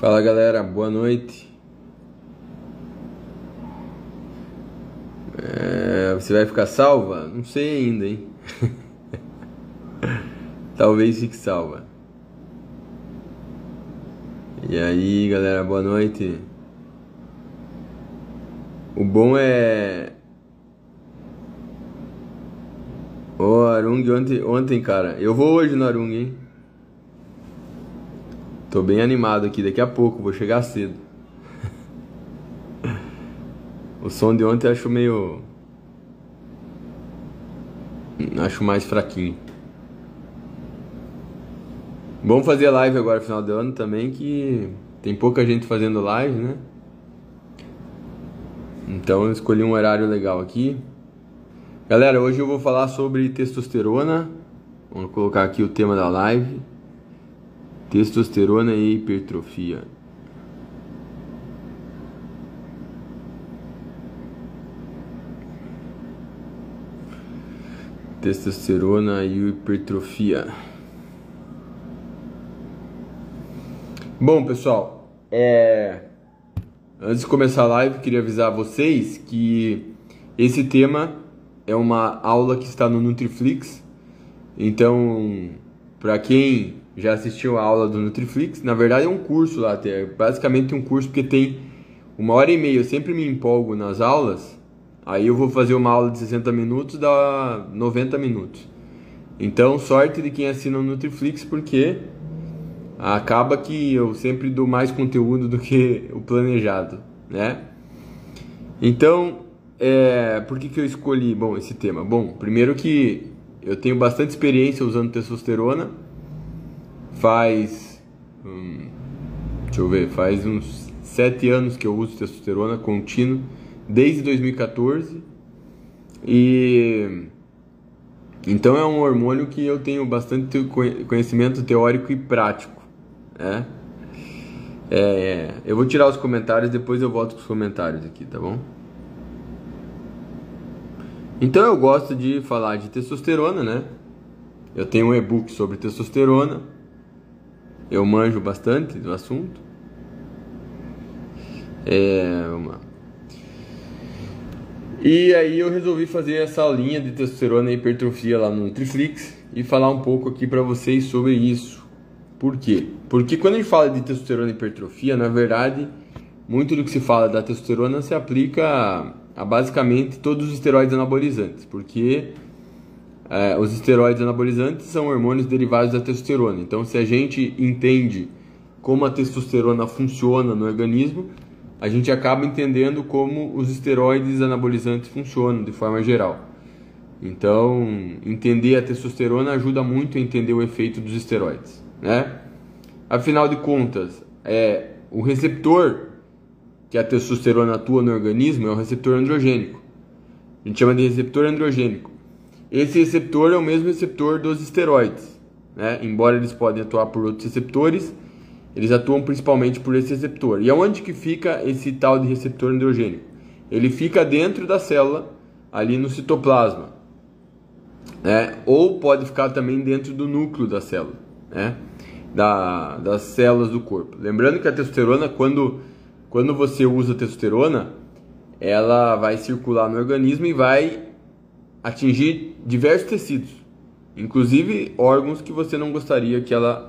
Fala galera, boa noite. Você vai ficar salva? Não sei ainda, hein? Talvez fique salva. E aí galera, boa noite. O bom é... Ô Arung, ontem cara, eu vou hoje no Arung, hein? Tô bem animado aqui, daqui a pouco, vou chegar cedo. O som de ontem eu acho meio... Acho mais fraquinho. Bom fazer live agora, final de ano também, que tem pouca gente fazendo live, né? Então eu escolhi um horário legal aqui. Galera, hoje eu vou falar sobre testosterona. Vamos colocar aqui o tema da live. Testosterona e hipertrofia. Testosterona e hipertrofia. Bom, pessoal, antes de começar a live, queria avisar vocês que esse tema é uma aula que está no Nutriflix. Então, para quem já assistiu a aula do Nutriflix, na verdade é um curso lá, é basicamente um curso porque tem 1h30. Eu sempre me empolgo nas aulas, aí eu vou fazer uma aula de 60 minutos, dá 90 minutos. Então, sorte de quem assina o Nutriflix, porque acaba que eu sempre dou mais conteúdo do que o planejado, né? Então, por que eu escolhi, esse tema? Bom, primeiro que eu tenho bastante experiência usando testosterona. Faz uns 7 anos que eu uso testosterona contínuo, desde 2014. E então é um hormônio que eu tenho bastante conhecimento teórico e prático, né? Eu vou tirar os comentários, depois eu volto com os comentários aqui, tá bom? Então eu gosto de falar de testosterona, né? Eu tenho um e-book sobre testosterona. Eu manjo bastante do assunto. E aí eu resolvi fazer essa aulinha de testosterona e hipertrofia lá no Nutriflix e falar um pouco aqui para vocês sobre isso. Por quê? Porque quando a gente fala de testosterona e hipertrofia, na verdade, muito do que se fala da testosterona se aplica a basicamente todos os esteroides anabolizantes, porque os esteroides anabolizantes são hormônios derivados da testosterona. Então, se a gente entende como a testosterona funciona no organismo, a gente acaba entendendo como os esteroides anabolizantes funcionam de forma geral. Então, entender a testosterona ajuda muito a entender o efeito dos esteroides, né? Afinal de contas, o receptor que a testosterona atua no organismo é o receptor androgênico. A gente chama de receptor androgênico. Esse receptor é o mesmo receptor dos esteroides, né? Embora eles podem atuar por outros receptores, eles atuam principalmente por esse receptor. E aonde que fica esse tal de receptor androgênico? Ele fica dentro da célula, ali no citoplasma, né? Ou pode ficar também dentro do núcleo da célula, né? Das células do corpo. Lembrando que a testosterona, quando você usa a testosterona, ela vai circular no organismo e vai atingir diversos tecidos, inclusive órgãos que você não gostaria que ela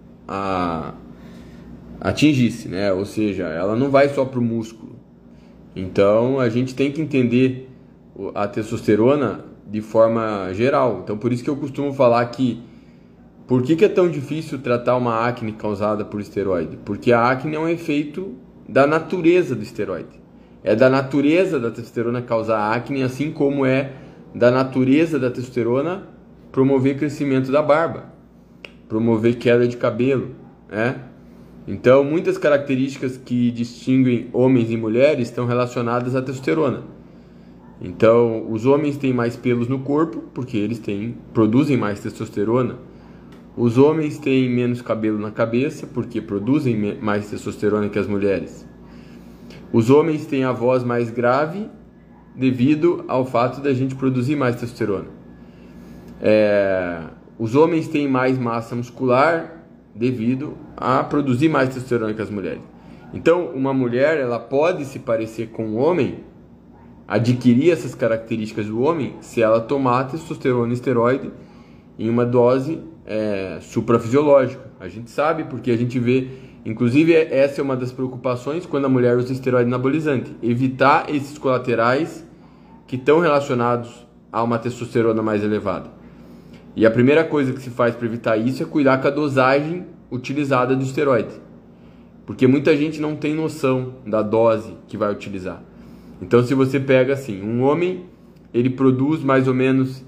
atingisse, né? Ou seja, ela não vai só para o músculo. Então a gente tem que entender a testosterona de forma geral. Então por isso que eu costumo falar que por que é tão difícil tratar uma acne causada por esteroide? Porque a acne é um efeito da natureza do esteroide. É da natureza da testosterona causar acne, assim como é da natureza da testosterona promover crescimento da barba, promover queda de cabelo, né? Então, muitas características que distinguem homens e mulheres estão relacionadas à testosterona. Então, os homens têm mais pelos no corpo, porque eles produzem mais testosterona. Os homens têm menos cabelo na cabeça, porque produzem mais testosterona que as mulheres. Os homens têm a voz mais grave, devido ao fato da gente produzir mais testosterona. Os homens têm mais massa muscular, devido a produzir mais testosterona que as mulheres. Então, uma mulher, ela pode se parecer com um homem, adquirir essas características do homem, se ela tomar testosterona e esteroide em uma dose suprafisiológica. A gente sabe, porque a gente vê, inclusive essa é uma das preocupações quando a mulher usa esteroide anabolizante, evitar esses colaterais que estão relacionados a uma testosterona mais elevada. E a primeira coisa que se faz para evitar isso é cuidar com a dosagem utilizada do esteroide, porque muita gente não tem noção da dose que vai utilizar. Então, se você pega assim, um homem, ele produz mais ou menos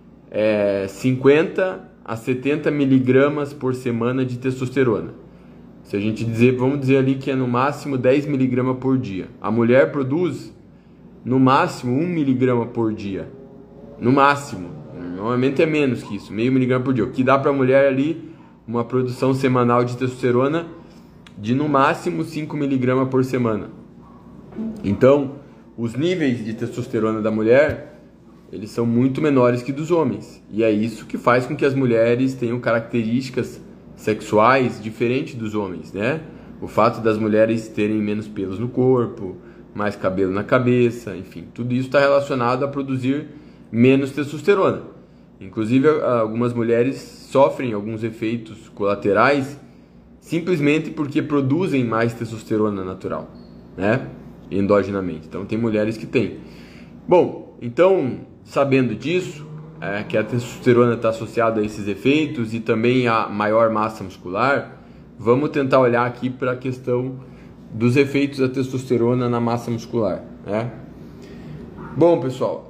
50 a 70 miligramas por semana de testosterona. Se a gente vamos dizer ali que é no máximo 10 miligramas por dia. A mulher produz no máximo 1 miligrama por dia. No máximo. Normalmente é menos que isso, meio miligrama por dia. O que dá para a mulher ali uma produção semanal de testosterona de no máximo 5 miligramas por semana. Então, os níveis de testosterona da mulher, eles são muito menores que dos homens. E é isso que faz com que as mulheres tenham características sexuais diferentes dos homens, né? O fato das mulheres terem menos pelos no corpo, mais cabelo na cabeça, enfim, tudo isso está relacionado a produzir menos testosterona. Inclusive, algumas mulheres sofrem alguns efeitos colaterais simplesmente porque produzem mais testosterona natural, né? Endogenamente. Então, tem mulheres que têm. Bom, então, sabendo disso, que a testosterona está associada a esses efeitos e também a maior massa muscular, vamos tentar olhar aqui para a questão dos efeitos da testosterona na massa muscular, né? Bom, pessoal,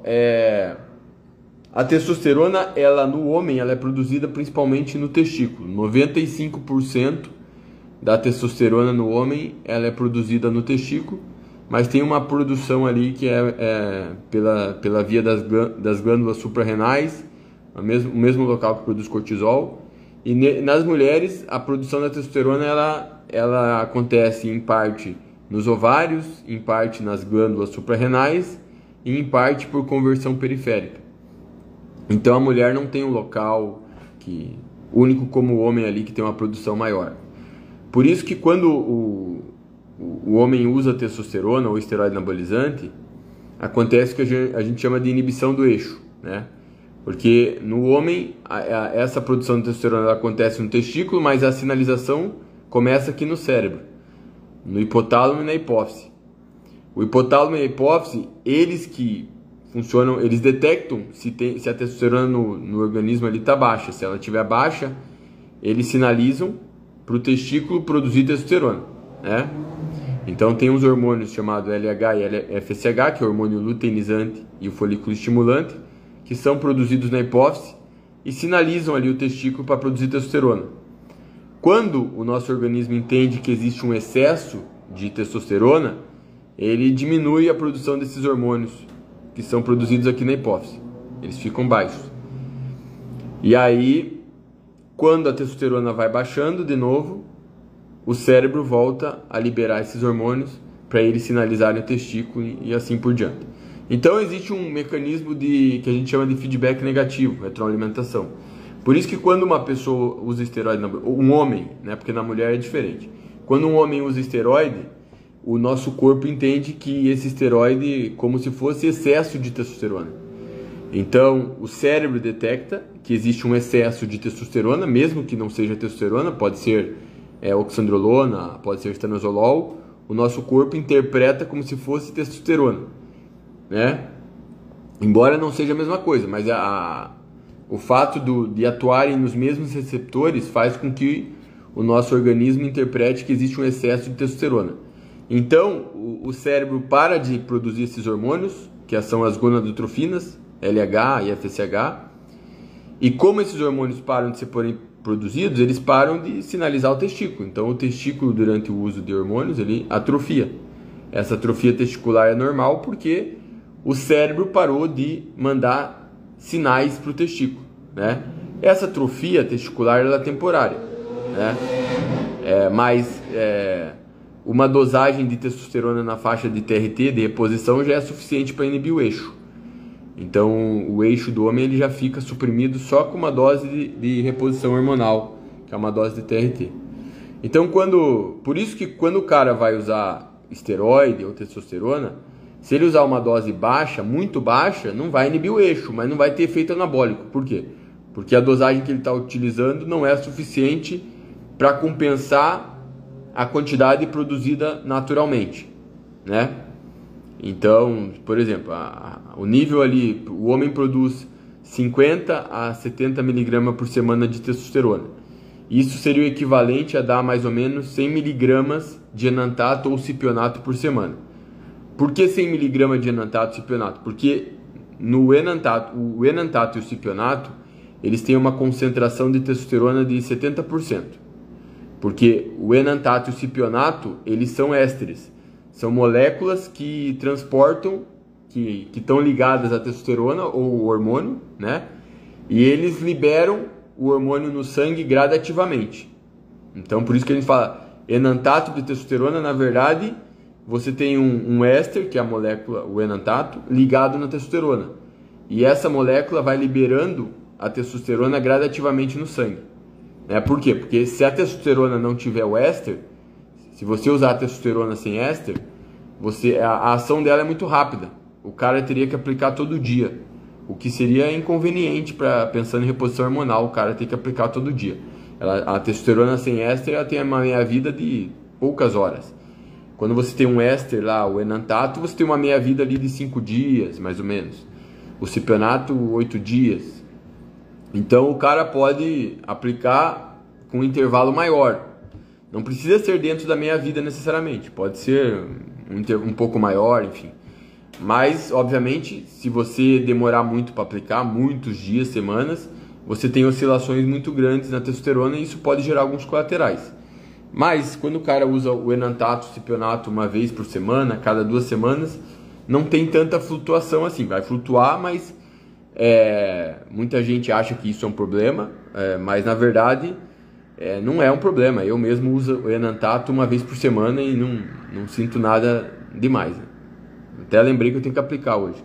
a testosterona, no homem, ela é produzida principalmente no testículo. 95% da testosterona no homem, ela é produzida no testículo, mas tem uma produção ali que pela via das glândulas suprarrenais, o mesmo local que produz cortisol. E nas mulheres, a produção da testosterona ela acontece em parte nos ovários, em parte nas glândulas suprarrenais e em parte por conversão periférica. Então a mulher não tem um local único como o homem ali que tem uma produção maior. Por isso que quando o homem usa testosterona ou esteroide anabolizante, acontece o que a gente chama de inibição do eixo, né? Porque no homem, essa produção de testosterona acontece no testículo, mas a sinalização começa aqui no cérebro, no hipotálamo e na hipófise. O hipotálamo e a hipófise, eles que funcionam, eles detectam se a testosterona no organismo ali está baixa. Se ela estiver baixa, eles sinalizam para o testículo produzir testosterona, né? Então tem uns hormônios chamados LH e FSH, que é o hormônio luteinizante e o folículo estimulante, que são produzidos na hipófise e sinalizam ali o testículo para produzir testosterona. Quando o nosso organismo entende que existe um excesso de testosterona, ele diminui a produção desses hormônios que são produzidos aqui na hipófise. Eles ficam baixos. E aí, quando a testosterona vai baixando de novo, o cérebro volta a liberar esses hormônios para eles sinalizarem o testículo e assim por diante. Então existe um mecanismo que a gente chama de feedback negativo, retroalimentação. Por isso que quando uma pessoa usa esteroide, um homem, né, porque na mulher é diferente. Quando um homem usa esteroide, o nosso corpo entende que esse esteroide é como se fosse excesso de testosterona. Então o cérebro detecta que existe um excesso de testosterona, mesmo que não seja testosterona, pode ser oxandrolona, pode ser estanozolol. O nosso corpo interpreta como se fosse testosterona, né? Embora não seja a mesma coisa, mas o fato de atuarem nos mesmos receptores faz com que o nosso organismo interprete que existe um excesso de testosterona. Então o cérebro para de produzir esses hormônios, que são as gonadotrofinas, LH e FSH, e como esses hormônios param de ser produzidos, eles param de sinalizar o testículo. Então o testículo, durante o uso de hormônios, ele atrofia. Essa atrofia testicular é normal porque o cérebro parou de mandar sinais para o testículo, né? Essa atrofia testicular ela é temporária, né? Mas uma dosagem de testosterona na faixa de TRT, de reposição, já é suficiente para inibir o eixo. Então o eixo do homem ele já fica suprimido só com uma dose de reposição hormonal, que é uma dose de TRT. Então, por isso que quando o cara vai usar esteroide ou testosterona, se ele usar uma dose baixa, muito baixa, não vai inibir o eixo, mas não vai ter efeito anabólico. Por quê? Porque a dosagem que ele está utilizando não é suficiente para compensar a quantidade produzida naturalmente, né? Então, por exemplo, o nível ali, o homem produz 50 a 70 mg por semana de testosterona. Isso seria o equivalente a dar mais ou menos 100 mg de enantato ou cipionato por semana. Por que 100 mg de enantato e cipionato? Porque o enantato e o cipionato, eles têm uma concentração de testosterona de 70%. Porque o enantato e o cipionato, eles são ésteres. São moléculas que transportam, que estão ligadas à testosterona ou o hormônio, né? E eles liberam o hormônio no sangue gradativamente. Então, por isso que a gente fala enantato de testosterona, na verdade, você tem um éster, que é a molécula, o enantato, ligado na testosterona. E essa molécula vai liberando a testosterona gradativamente no sangue. Por quê? Porque se a testosterona não tiver o éster, se você usar a testosterona sem éster, a ação dela é muito rápida. O cara teria que aplicar todo dia, o que seria inconveniente pensando em reposição hormonal, o cara tem que aplicar todo dia. A testosterona sem éster, ela tem uma meia-vida de poucas horas. Quando você tem um éster lá, o enantato, você tem uma meia-vida ali de 5 dias, mais ou menos. O cipionato, 8 dias. Então o cara pode aplicar com um intervalo maior. Não precisa ser dentro da meia-vida necessariamente. Pode ser um pouco maior, enfim. Mas, obviamente, se você demorar muito para aplicar, muitos dias, semanas, você tem oscilações muito grandes na testosterona e isso pode gerar alguns colaterais. Mas, quando o cara usa o enantato, o cipionato uma vez por semana, cada 2 semanas, não tem tanta flutuação assim. Vai flutuar, mas muita gente acha que isso é um problema, mas na verdade não é um problema. Eu mesmo uso o enantato uma vez por semana e não sinto nada demais, né? Até lembrei que eu tenho que aplicar hoje.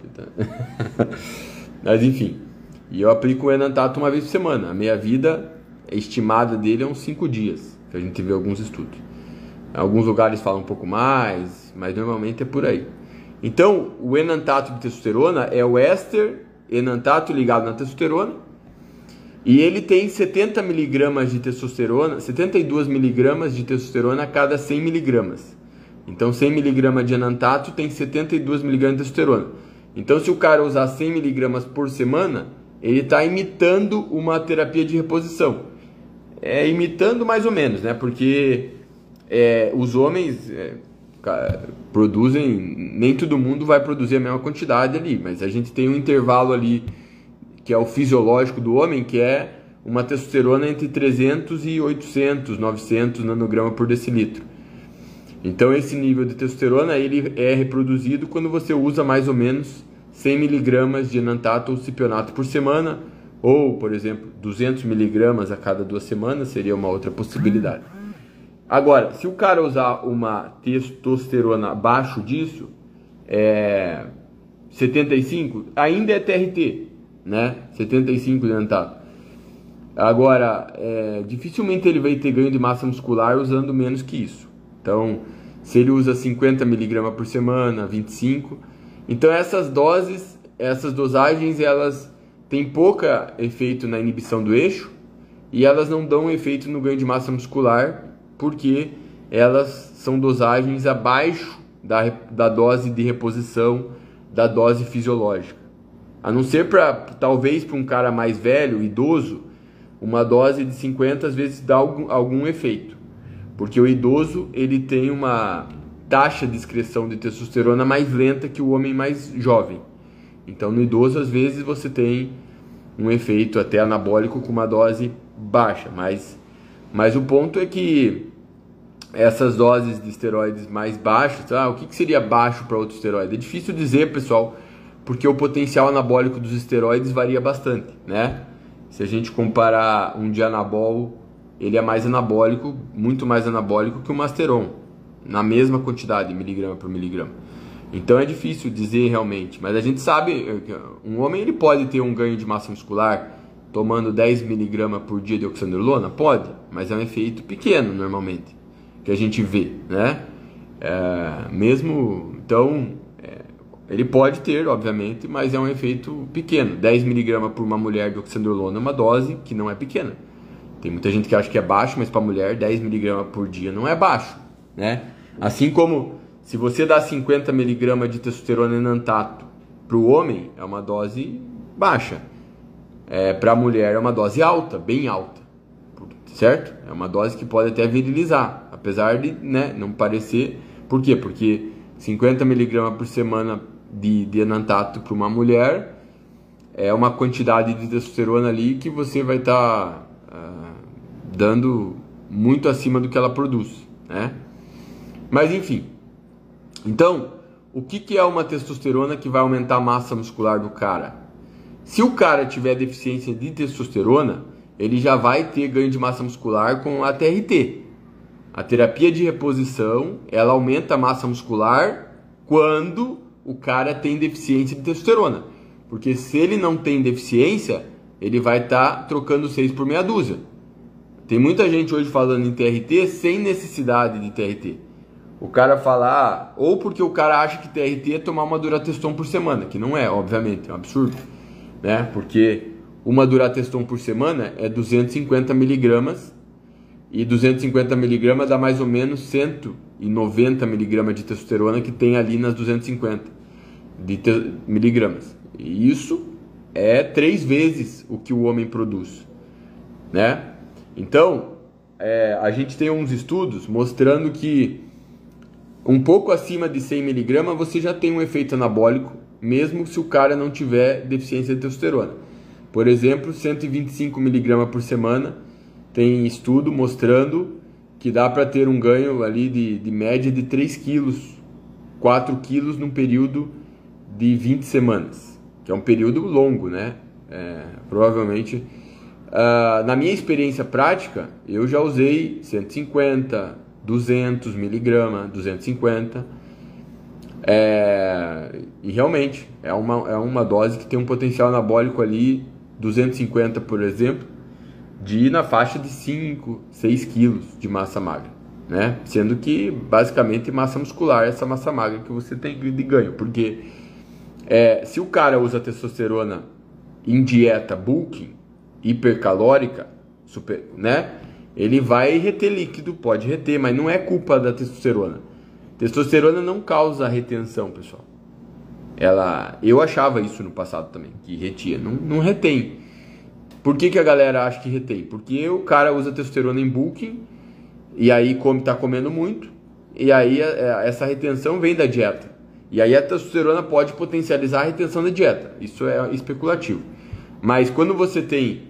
Mas enfim, e eu aplico o enantato uma vez por semana. A meia-vida estimada dele é uns 5 dias, que a gente vê alguns estudos. Alguns lugares falam um pouco mais, mas normalmente é por aí. Então, o enantato de testosterona é o éster enantato ligado na testosterona, e ele tem 70 mg de testosterona, 72 mg de testosterona a cada 100 mg. Então 100 mg de enantato tem 72 mg de testosterona. Então se o cara usar 100 mg por semana, ele está imitando uma terapia de reposição. Imitando mais ou menos, né? Porque os homens produzem, nem todo mundo vai produzir a mesma quantidade ali, mas a gente tem um intervalo ali que é o fisiológico do homem, que é uma testosterona entre 300 e 800, 900 nanogramas por decilitro. Então esse nível de testosterona ele é reproduzido quando você usa mais ou menos 100 mg de enantato ou cipionato por semana, ou, por exemplo, 200 mg a cada 2 semanas seria uma outra possibilidade. Agora, se o cara usar uma testosterona abaixo disso, 75, ainda é TRT, né? 75 de enantato. Agora, dificilmente ele vai ter ganho de massa muscular usando menos que isso. Então, se ele usa 50 mg por semana, 25. Então, essas dosagens, elas têm pouco efeito na inibição do eixo e elas não dão efeito no ganho de massa muscular, porque elas são dosagens abaixo da dose de reposição, da dose fisiológica. A não ser talvez para um cara mais velho, idoso, uma dose de 50 às vezes dá algum efeito. Porque o idoso ele tem uma taxa de excreção de testosterona mais lenta que o homem mais jovem. Então no idoso às vezes você tem um efeito até anabólico com uma dose baixa. Mas o ponto é que essas doses de esteroides mais baixas, o que seria baixo para outro esteroide? É difícil dizer, pessoal, porque o potencial anabólico dos esteroides varia bastante, né? Se a gente comparar um dianabol, ele é mais anabólico, muito mais anabólico que o Masteron, na mesma quantidade, miligrama por miligrama. Então é difícil dizer realmente, mas a gente sabe que um homem ele pode ter um ganho de massa muscular tomando 10 miligramas por dia de oxandrolona? Pode, mas é um efeito pequeno normalmente, que a gente vê, né? Então, ele pode ter, obviamente, mas é um efeito pequeno. 10 miligramas por uma mulher de oxandrolona é uma dose que não é pequena. Tem muita gente que acha que é baixo, mas para mulher 10 miligramas por dia não é baixo, né? Assim como se você dá 50 miligramas de testosterona enantato para o homem, é uma dose baixa. Para a mulher é uma dose alta, bem alta, certo? É uma dose que pode até virilizar, apesar de, né, não parecer. Por quê? Porque 50 miligramas por semana de enantato para uma mulher é uma quantidade de testosterona ali que você vai estar dando muito acima do que ela produz, né? Mas enfim, então, o que é uma testosterona que vai aumentar a massa muscular do cara? Se o cara tiver deficiência de testosterona, ele já vai ter ganho de massa muscular com a TRT. A terapia de reposição, ela aumenta a massa muscular quando o cara tem deficiência de testosterona. Porque se ele não tem deficiência, ele vai estar trocando 6 por meia dúzia. Tem muita gente hoje falando em TRT sem necessidade de TRT. O cara fala, ou porque o cara acha que TRT é tomar uma Durateston por semana, que não é, obviamente, é um absurdo, né? Porque uma Durateston por semana é 250 miligramas, e 250 miligramas dá mais ou menos 190 miligramas de testosterona que tem ali nas 250 miligramas. E isso é 3 vezes o que o homem produz, né? Então, a gente tem uns estudos mostrando que um pouco acima de 100 miligramas você já tem um efeito anabólico, mesmo se o cara não tiver deficiência de testosterona. Por exemplo, 125 miligramas por semana, tem estudo mostrando que dá para ter um ganho ali de média de 3 quilos, 4 quilos num período de 20 semanas, que é um período longo, né? Provavelmente, na minha experiência prática, eu já usei 150, 200 miligramas, 250, e realmente é uma dose que tem um potencial anabólico ali, 250, por exemplo, de ir na faixa de 5, 6 quilos de massa magra, né? Sendo que basicamente massa muscular é essa massa magra que você tem de ganho, porque se o cara usa testosterona em dieta bulking, hipercalórica, né? Ele vai reter líquido, pode reter, mas não é culpa da testosterona. Testosterona não causa retenção, pessoal. Eu achava isso no passado também, que retia. Não retém. Por que a galera acha que retém? Porque o cara usa testosterona em bulking, e aí tá comendo muito, e aí essa retenção vem da dieta. E aí a testosterona pode potencializar a retenção da dieta. Isso é especulativo. Mas quando você tem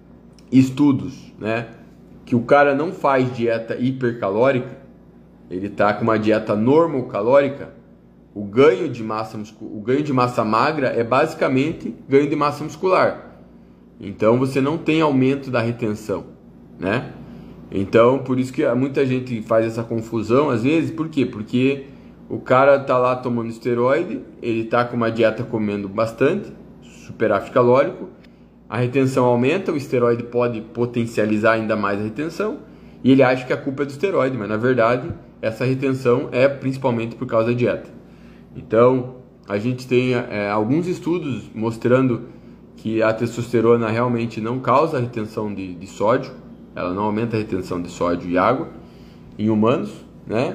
estudos, né, que o cara não faz dieta hipercalórica, ele está com uma dieta normocalórica, o ganho de massa magra é basicamente ganho de massa muscular. Então você não tem aumento da retenção, né? Então por isso que muita gente faz essa confusão às vezes. Por quê? Porque o cara tá lá tomando esteroide, ele tá com uma dieta comendo bastante, superávit calórico, a retenção aumenta, o esteroide pode potencializar ainda mais a retenção, e ele acha que a culpa é do esteroide, mas na verdade essa retenção é principalmente por causa da dieta. Então a gente tem alguns estudos mostrando que a testosterona realmente não causa retenção de sódio, ela não aumenta a retenção de sódio e água em humanos, né?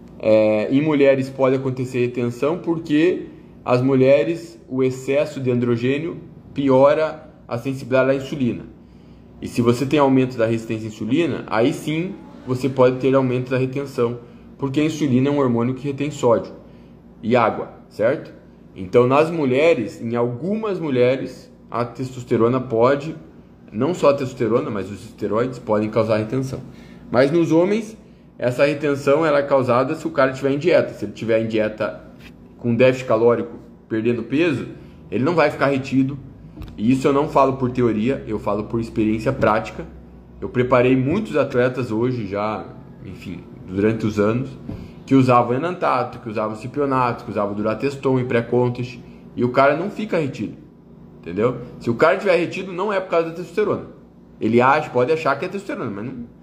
Em mulheres pode acontecer retenção porque as mulheres, o excesso de androgênio piora a sensibilidade à insulina. E se você tem aumento da resistência à insulina, aí sim você pode ter aumento da retenção, porque a insulina é um hormônio que retém sódio e água, certo? Então nas mulheres, em algumas mulheres, a testosterona pode, não só a testosterona, mas os esteroides podem causar retenção. Mas nos homens, essa retenção ela é causada se o cara estiver em dieta. Se ele estiver em dieta com déficit calórico, perdendo peso, ele não vai ficar retido. E isso eu não falo por teoria, eu falo por experiência prática. Eu preparei muitos atletas hoje já, enfim, durante os anos, que usavam enantato, que usavam cipionato, que usavam durateston em pré-contest, e o cara não fica retido. entendeu? Se o cara tiver retido, não é por causa da testosterona. Ele pode achar que é testosterona, mas não.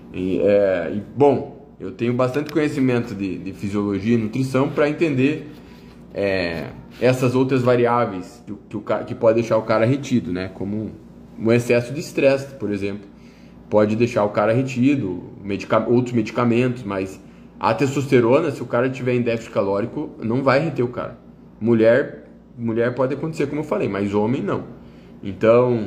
Bom, eu tenho bastante conhecimento de fisiologia e nutrição para entender essas outras variáveis que pode deixar o cara retido, né? Como um excesso de estresse, por exemplo, pode deixar o cara retido, outros medicamentos, mas a testosterona, se o cara tiver em déficit calórico, não vai reter o cara. Mulher pode acontecer, como eu falei, mas homem não. Então,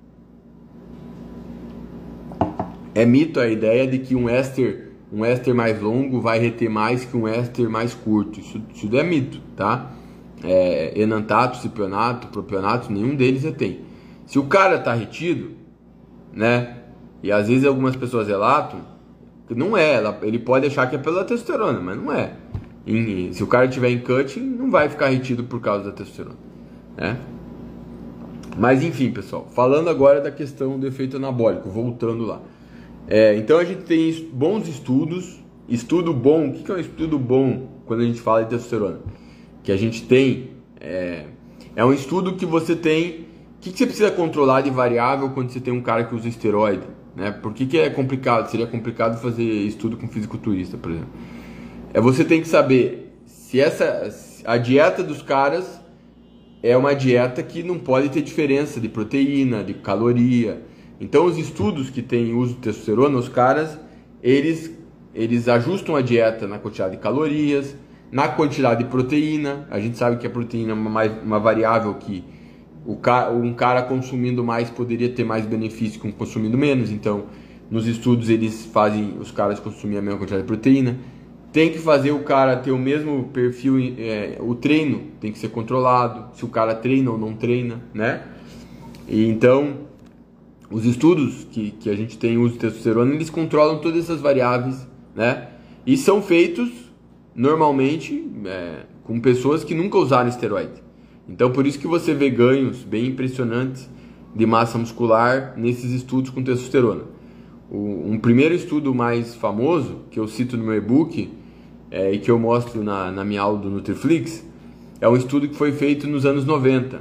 é mito a ideia de que um éster mais longo vai reter mais que um éster mais curto. Isso é mito, tá? Enantato, cipionato, propionato, nenhum deles retém. Se o cara tá retido, né? E às vezes algumas pessoas relatam, não ele pode achar que é pela testosterona, mas não é. Se o cara tiver em cutting, não vai ficar retido por causa da testosterona, né? Mas enfim, pessoal, falando agora da questão do efeito anabólico, voltando lá. Então a gente tem bons estudos. Estudo bom, o que é um estudo bom quando a gente fala de testosterona? Que a gente tem, é um estudo que você tem, o que você precisa controlar de variável quando você tem um cara que usa esteroide, né? Por que é complicado? Seria complicado fazer estudo com fisiculturista, por exemplo. Você tem que saber se a dieta dos caras é uma dieta que não pode ter diferença de proteína, de caloria. Então os estudos que têm uso de testosterona, os caras, eles ajustam a dieta na quantidade de calorias, na quantidade de proteína. A gente sabe que a proteína é uma variável que um cara consumindo mais poderia ter mais benefício que um consumindo menos. Então, nos estudos eles fazem os caras consumir a mesma quantidade de proteína. Tem que fazer o cara ter o mesmo perfil, o treino tem que ser controlado, se o cara treina ou não treina, né? E então, os estudos que a gente tem uso de testosterona, eles controlam todas essas variáveis, né? E são feitos, normalmente, com pessoas que nunca usaram esteroide. Então, por isso que você vê ganhos bem impressionantes de massa muscular nesses estudos com testosterona. Um primeiro estudo mais famoso, que eu cito no meu e-book, e que eu mostro na minha aula do Nutriflix, é um estudo que foi feito nos anos 90,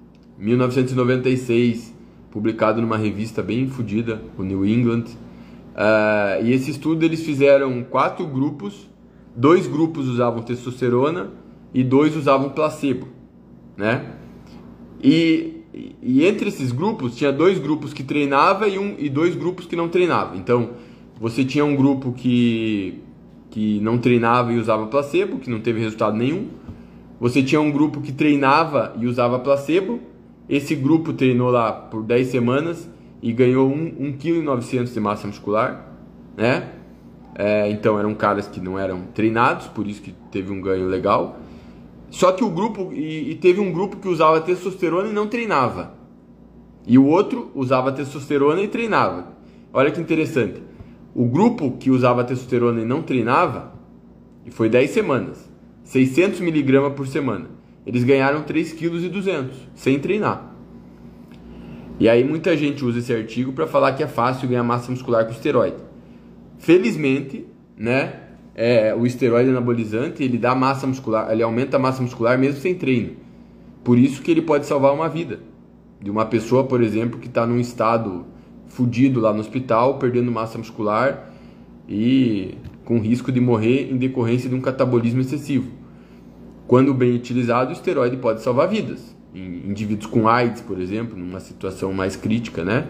1996, publicado numa revista bem fodida, o New England. E esse estudo eles fizeram 4 grupos, 2 grupos usavam testosterona e 2 usavam placebo, né? E entre esses grupos tinha 2 grupos que treinava e 2 grupos que não treinava. Então você tinha um grupo que não treinava e usava placebo, que não teve resultado nenhum. Você tinha um grupo que treinava e usava placebo. Esse grupo treinou lá por 10 semanas e ganhou 1,9 kg de massa muscular, né? Então eram caras que não eram treinados, por isso que teve um ganho legal. Só que o grupo, e teve um grupo que usava testosterona e não treinava. E o outro usava testosterona e treinava. Olha que interessante. O grupo que usava testosterona e não treinava, e foi 10 semanas, 600 mg por semana. Eles ganharam 3,2 kg sem treinar. E aí muita gente usa esse artigo para falar que é fácil ganhar massa muscular com esteroide. Felizmente, né, o esteroide anabolizante, ele dá massa muscular, ele aumenta a massa muscular mesmo sem treino. Por isso que ele pode salvar uma vida de uma pessoa, por exemplo, que está num estado fudido lá no hospital, perdendo massa muscular e com risco de morrer em decorrência de um catabolismo excessivo. Quando bem utilizado, o esteroide pode salvar vidas. Em indivíduos com AIDS, por exemplo, numa situação mais crítica, né?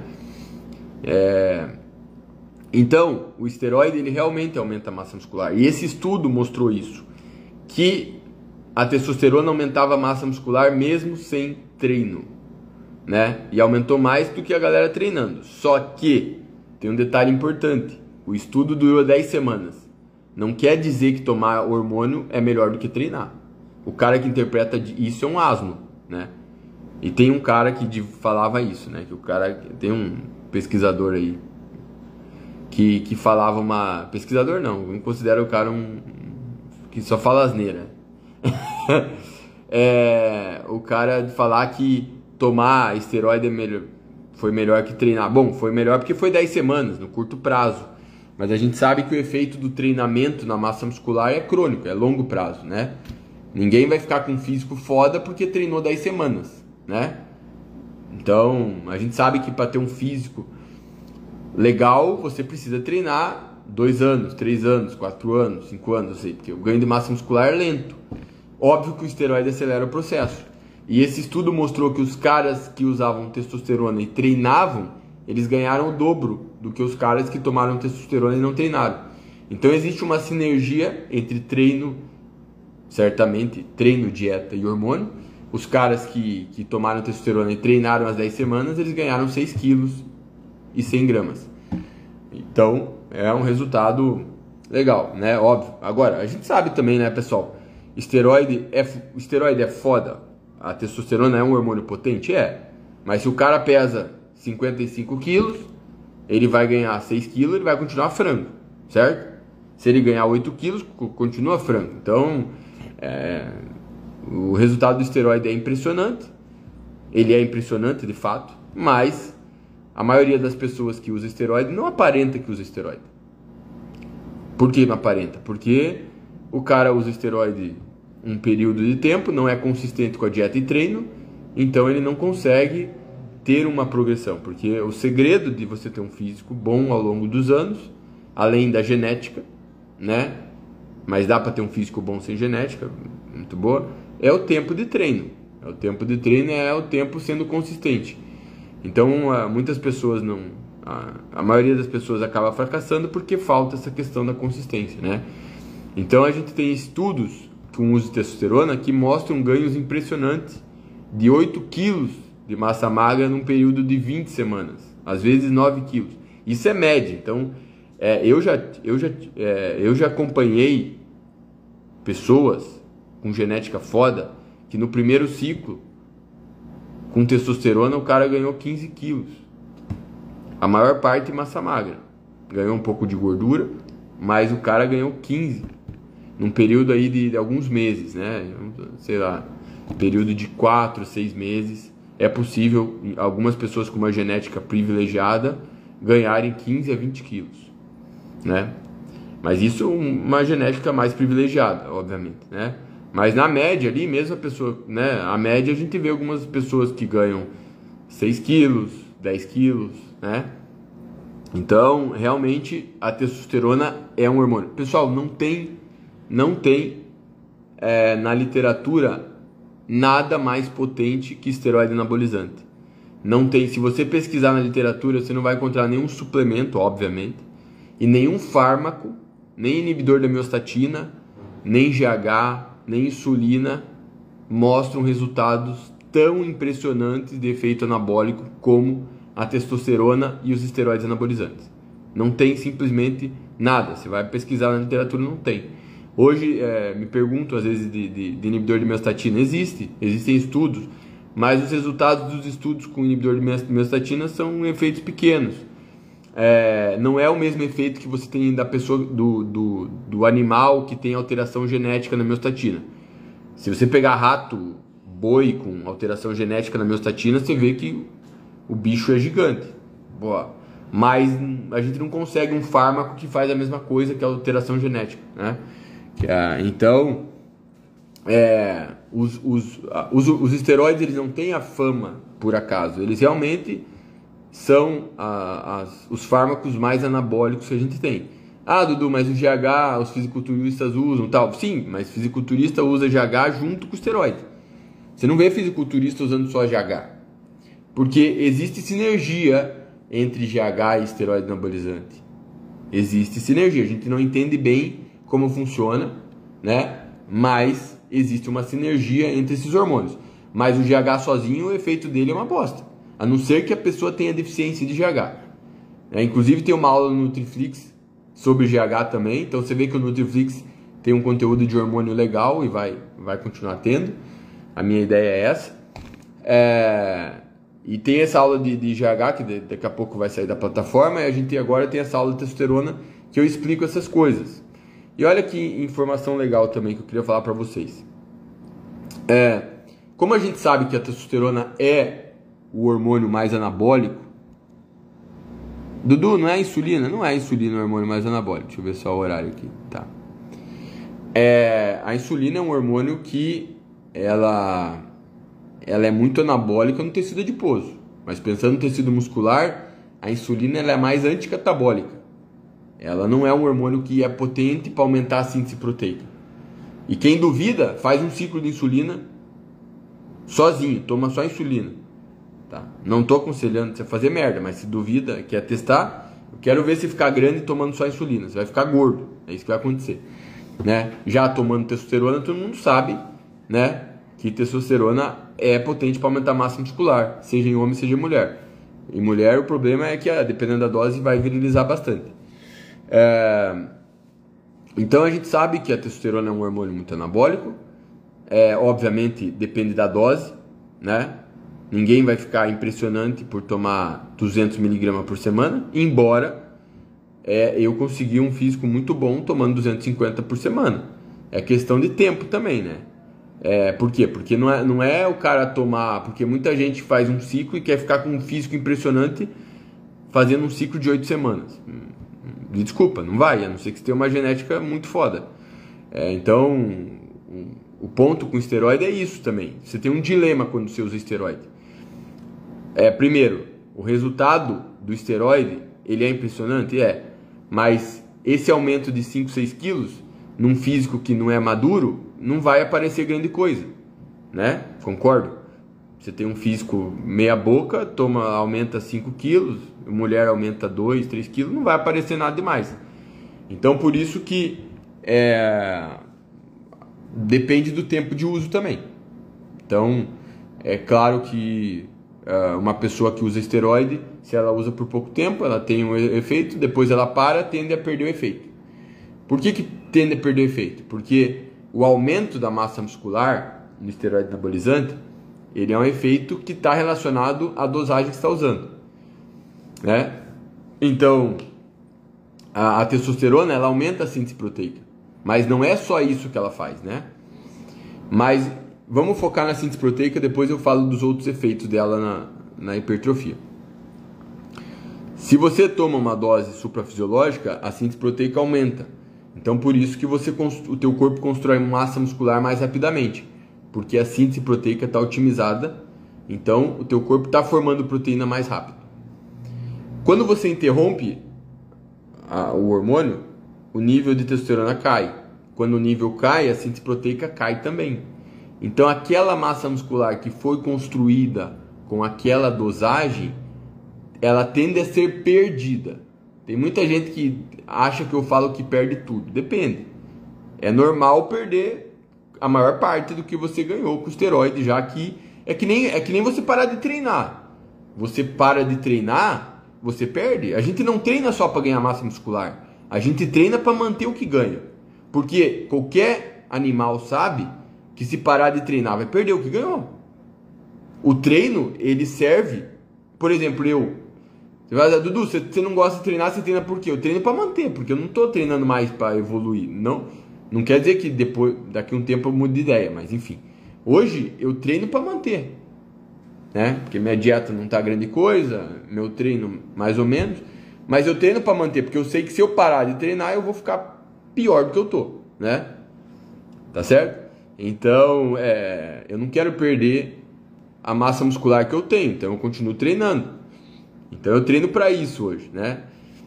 Então, o esteroide ele realmente aumenta a massa muscular. E esse estudo mostrou isso, que a testosterona aumentava a massa muscular mesmo sem treino, né? E aumentou mais do que a galera treinando. Só que tem um detalhe importante: o estudo durou 10 semanas. Não quer dizer que tomar hormônio é melhor do que treinar. O cara que interpreta isso é um asno, né? E tem um cara que falava isso, né? Que o cara tem um pesquisador aí que falava pesquisador não, eu considero o cara que só fala asneira. O cara falar que tomar esteroide foi melhor que treinar. Bom, foi melhor porque foi 10 semanas, no curto prazo. Mas a gente sabe que o efeito do treinamento na massa muscular é crônico, é longo prazo, né? Ninguém vai ficar com um físico foda porque treinou 10 semanas, né? Então, a gente sabe que para ter um físico legal, você precisa treinar 2 anos, 3 anos, 4 anos, 5 anos, eu sei, porque o ganho de massa muscular é lento. Óbvio que o esteroide acelera o processo. E esse estudo mostrou que os caras que usavam testosterona e treinavam, eles ganharam o dobro do que os caras que tomaram testosterona e não treinaram. Então existe uma sinergia entre treino, certamente, treino, dieta e hormônio. Os caras que tomaram testosterona e treinaram as 10 semanas, eles ganharam 6 quilos e 100 gramas. Então, é um resultado legal, né? Óbvio. Agora, a gente sabe também, né, pessoal? O esteroide é foda. A testosterona é um hormônio potente? É. Mas se o cara pesa 55 quilos, ele vai ganhar 6 quilos, ele vai continuar frango, certo? Se ele ganhar 8 quilos, continua frango. Então, o resultado do esteroide é impressionante. Ele é impressionante, de fato. Mas a maioria das pessoas que usa esteroide não aparenta que usa esteroide. Por que não aparenta? Porque o cara usa esteroide um período de tempo, não é consistente com a dieta e treino, então ele não consegue ter uma progressão. Porque o segredo de você ter um físico bom ao longo dos anos, além da genética, né? Mas dá para ter um físico bom sem genética, muito boa, é o tempo de treino. É o tempo de treino, é o tempo sendo consistente. Então, muitas pessoas não... A maioria das pessoas acaba fracassando porque falta essa questão da consistência, né? Então, a gente tem estudos com uso de testosterona que mostram ganhos impressionantes de 8 quilos de massa magra num período de 20 semanas. Às vezes, 9 quilos. Isso é média. Então, eu já acompanhei pessoas com genética foda que no primeiro ciclo, com testosterona, o cara ganhou 15 quilos. A maior parte massa magra. Ganhou um pouco de gordura, mas o cara ganhou 15. Num período aí de alguns meses, né? Sei lá, período de 4, 6 meses. É possível algumas pessoas com uma genética privilegiada ganharem 15 a 20 quilos, né? Mas isso uma genética mais privilegiada, obviamente, né? Mas na média ali, mesmo a pessoa, né? A média a gente vê algumas pessoas que ganham 6 quilos, 10 quilos, né? Então, realmente, a testosterona é um hormônio. Pessoal, não tem na literatura nada mais potente que esteroide anabolizante. Não tem. Se você pesquisar na literatura, você não vai encontrar nenhum suplemento, obviamente, e nenhum fármaco, nem inibidor da miostatina, nem GH, nem insulina mostram resultados tão impressionantes de efeito anabólico como a testosterona e os esteroides anabolizantes. Não tem simplesmente nada. Você vai pesquisar na literatura, não tem. Hoje, me pergunto às vezes de inibidor de miostatina. Existem estudos, mas os resultados dos estudos com inibidor de miostatina são efeitos pequenos. Não é o mesmo efeito que você tem da pessoa, do animal que tem alteração genética na miostatina. Se você pegar rato, boi com alteração genética na miostatina, você vê que o bicho é gigante. Boa. Mas a gente não consegue um fármaco que faz a mesma coisa que a alteração genética, né? Então, os esteroides, eles não têm a fama por acaso. Eles realmente são os fármacos mais anabólicos que a gente tem. Ah, Dudu, mas o GH, os fisiculturistas usam, tal. Sim, mas fisiculturista usa GH junto com o esteroide. Você não vê fisiculturista usando só GH. Porque existe sinergia entre GH e esteroide anabolizante. Existe sinergia. A gente não entende bem como funciona, né? Mas existe uma sinergia entre esses hormônios. Mas o GH sozinho, o efeito dele é uma bosta. A não ser que a pessoa tenha deficiência de GH. Inclusive tem uma aula no Nutriflix sobre GH também. Então você vê que o Nutriflix tem um conteúdo de hormônio legal e vai continuar tendo. A minha ideia é essa. E tem essa aula de GH que daqui a pouco vai sair da plataforma. E a gente agora tem essa aula de testosterona que eu explico essas coisas. E olha que informação legal também que eu queria falar para vocês. Como a gente sabe que a testosterona é o hormônio mais anabólico. Dudu, não é a insulina? Não é a insulina o hormônio mais anabólico. Deixa eu ver só o horário aqui. Tá. A insulina é um hormônio que ela é muito anabólica no tecido adiposo. Mas pensando no tecido muscular, a insulina ela é mais anticatabólica. Ela não é um hormônio que é potente para aumentar a síntese proteica. E quem duvida, faz um ciclo de insulina sozinho, toma só insulina. Tá? Não estou aconselhando você a fazer merda, mas se duvida, quer testar, eu quero ver se ficar grande tomando só insulina. Você vai ficar gordo, é isso que vai acontecer. Né? Já tomando testosterona, todo mundo sabe, né, que testosterona é potente para aumentar a massa muscular, seja em homem, seja em mulher. Em mulher, o problema é que, dependendo da dose, vai virilizar bastante. Então, a gente sabe que a testosterona é um hormônio muito anabólico. Obviamente, depende da dose, né? Ninguém vai ficar impressionante por tomar 200 mg por semana, embora eu consegui um físico muito bom tomando 250 por semana. É questão de tempo também, né? Por quê? Porque não é o cara tomar... Porque muita gente faz um ciclo e quer ficar com um físico impressionante fazendo um ciclo de 8 semanas. Desculpa, não vai, a não ser que você tenha uma genética muito foda. Então, o ponto com esteroide é isso também. Você tem um dilema quando você usa esteroide. Primeiro, o resultado do esteroide, ele é impressionante? Mas esse aumento de 5, 6 quilos, num físico que não é maduro, não vai aparecer grande coisa, né? Concordo? Você tem um físico meia boca, aumenta 5 quilos, mulher aumenta 2, 3 quilos, não vai aparecer nada demais. Então, por isso que depende do tempo de uso também. Então, é claro que uma pessoa que usa esteroide, se ela usa por pouco tempo, ela tem um efeito, depois ela tende a perder o efeito. Por que tende a perder o efeito? Porque o aumento da massa muscular no esteroide anabolizante, ele é um efeito que está relacionado à dosagem que você está usando, né? Então, a testosterona, ela aumenta a síntese proteica, mas não é só isso que ela faz, né? Mas vamos focar na síntese proteica, depois eu falo dos outros efeitos dela na hipertrofia. Se você toma uma dose suprafisiológica, a síntese proteica aumenta. Então, por isso que o teu corpo constrói massa muscular mais rapidamente, porque a síntese proteica está otimizada, então o teu corpo está formando proteína mais rápido. Quando você interrompe o hormônio, o nível de testosterona cai. Quando o nível cai, a síntese proteica cai também. Então, aquela massa muscular que foi construída com aquela dosagem, ela tende a ser perdida. Tem muita gente que acha que eu falo que perde tudo. Depende. É normal perder a maior parte do que você ganhou com o esteroide, já que é que nem você parar de treinar. Você para de treinar, você perde. A gente não treina só para ganhar massa muscular. A gente treina para manter o que ganha. Porque qualquer animal sabe que se parar de treinar vai perder o que ganhou. O treino, ele serve... Por exemplo, você vai dizer, Dudu, você não gosta de treinar, você treina por quê? Eu treino para manter, porque eu não estou treinando mais para evoluir. Não quer dizer que daqui a um tempo eu mude de ideia, mas enfim. Hoje eu treino para manter, né? Porque minha dieta não está grande coisa, meu treino mais ou menos, mas eu treino para manter, porque eu sei que se eu parar de treinar eu vou ficar pior do que eu tô, né? Tá certo? Então, eu não quero perder a massa muscular que eu tenho, então eu continuo treinando. Então eu treino para isso hoje, né?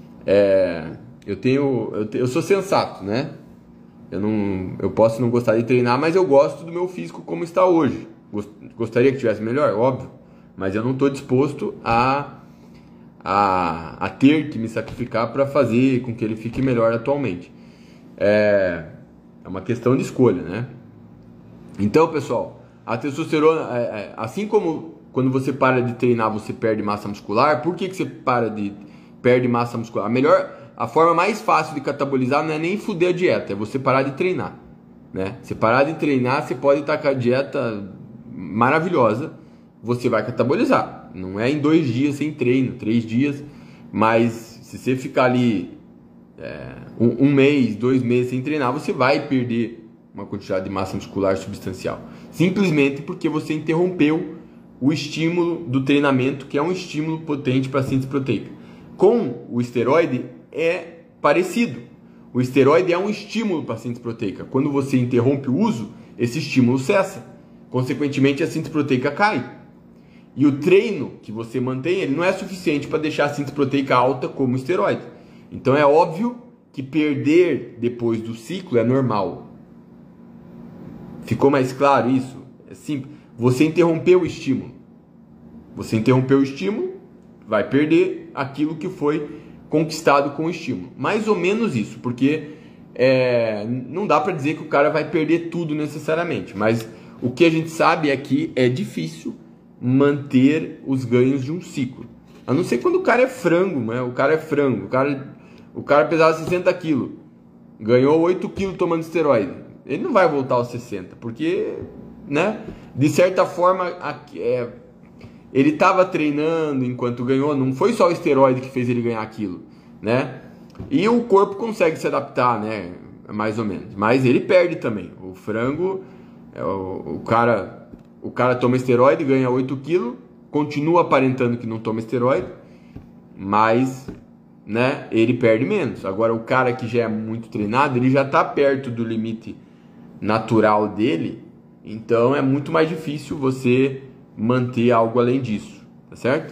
Eu sou sensato, né? Eu posso não gostar de treinar, mas eu gosto do meu físico como está hoje. Gostaria que tivesse melhor, óbvio, mas eu não estou disposto a ter que me sacrificar para fazer com que ele fique melhor atualmente. É uma questão de escolha, né? Então, pessoal, a testosterona, assim como quando você para de treinar você perde massa muscular, por que você perde massa muscular? A forma mais fácil de catabolizar não é nem fuder a dieta, é você parar de treinar, né? Você parar de treinar, você pode estar com a dieta maravilhosa, você vai catabolizar. Não é em 2 dias sem treino, 3 dias, mas se você ficar ali um mês, 2 meses sem treinar, você vai perder uma quantidade de massa muscular substancial. Simplesmente porque você interrompeu o estímulo do treinamento, que é um estímulo potente para a síntese proteica. Com o esteroide é parecido. O esteroide é um estímulo para a síntese proteica. Quando você interrompe o uso, esse estímulo cessa. Consequentemente, a síntese proteica cai. E o treino que você mantém, ele não é suficiente para deixar a síntese proteica alta como o esteroide. Então é óbvio que perder depois do ciclo é normal. Ficou mais claro isso? É simples. Você interrompeu o estímulo. Você interrompeu o estímulo, vai perder aquilo que foi conquistado com o estímulo. Mais ou menos isso, porque não dá para dizer que o cara vai perder tudo necessariamente. Mas o que a gente sabe é que é difícil manter os ganhos de um ciclo. A não ser quando o cara é frango, né? O cara é frango. O cara pesava 60 quilos, ganhou 8 quilos tomando esteroide. Ele não vai voltar aos 60, porque, né? De certa forma, ele estava treinando enquanto ganhou. Não foi só o esteroide que fez ele ganhar aquilo, né? E o corpo consegue se adaptar, né? Mais ou menos. Mas ele perde também. O frango, o cara toma esteroide, ganha 8 quilos, continua aparentando que não toma esteroide, mas, né, ele perde menos. Agora, o cara que já é muito treinado, ele já está perto do limite natural dele, então é muito mais difícil você manter algo além disso, tá certo?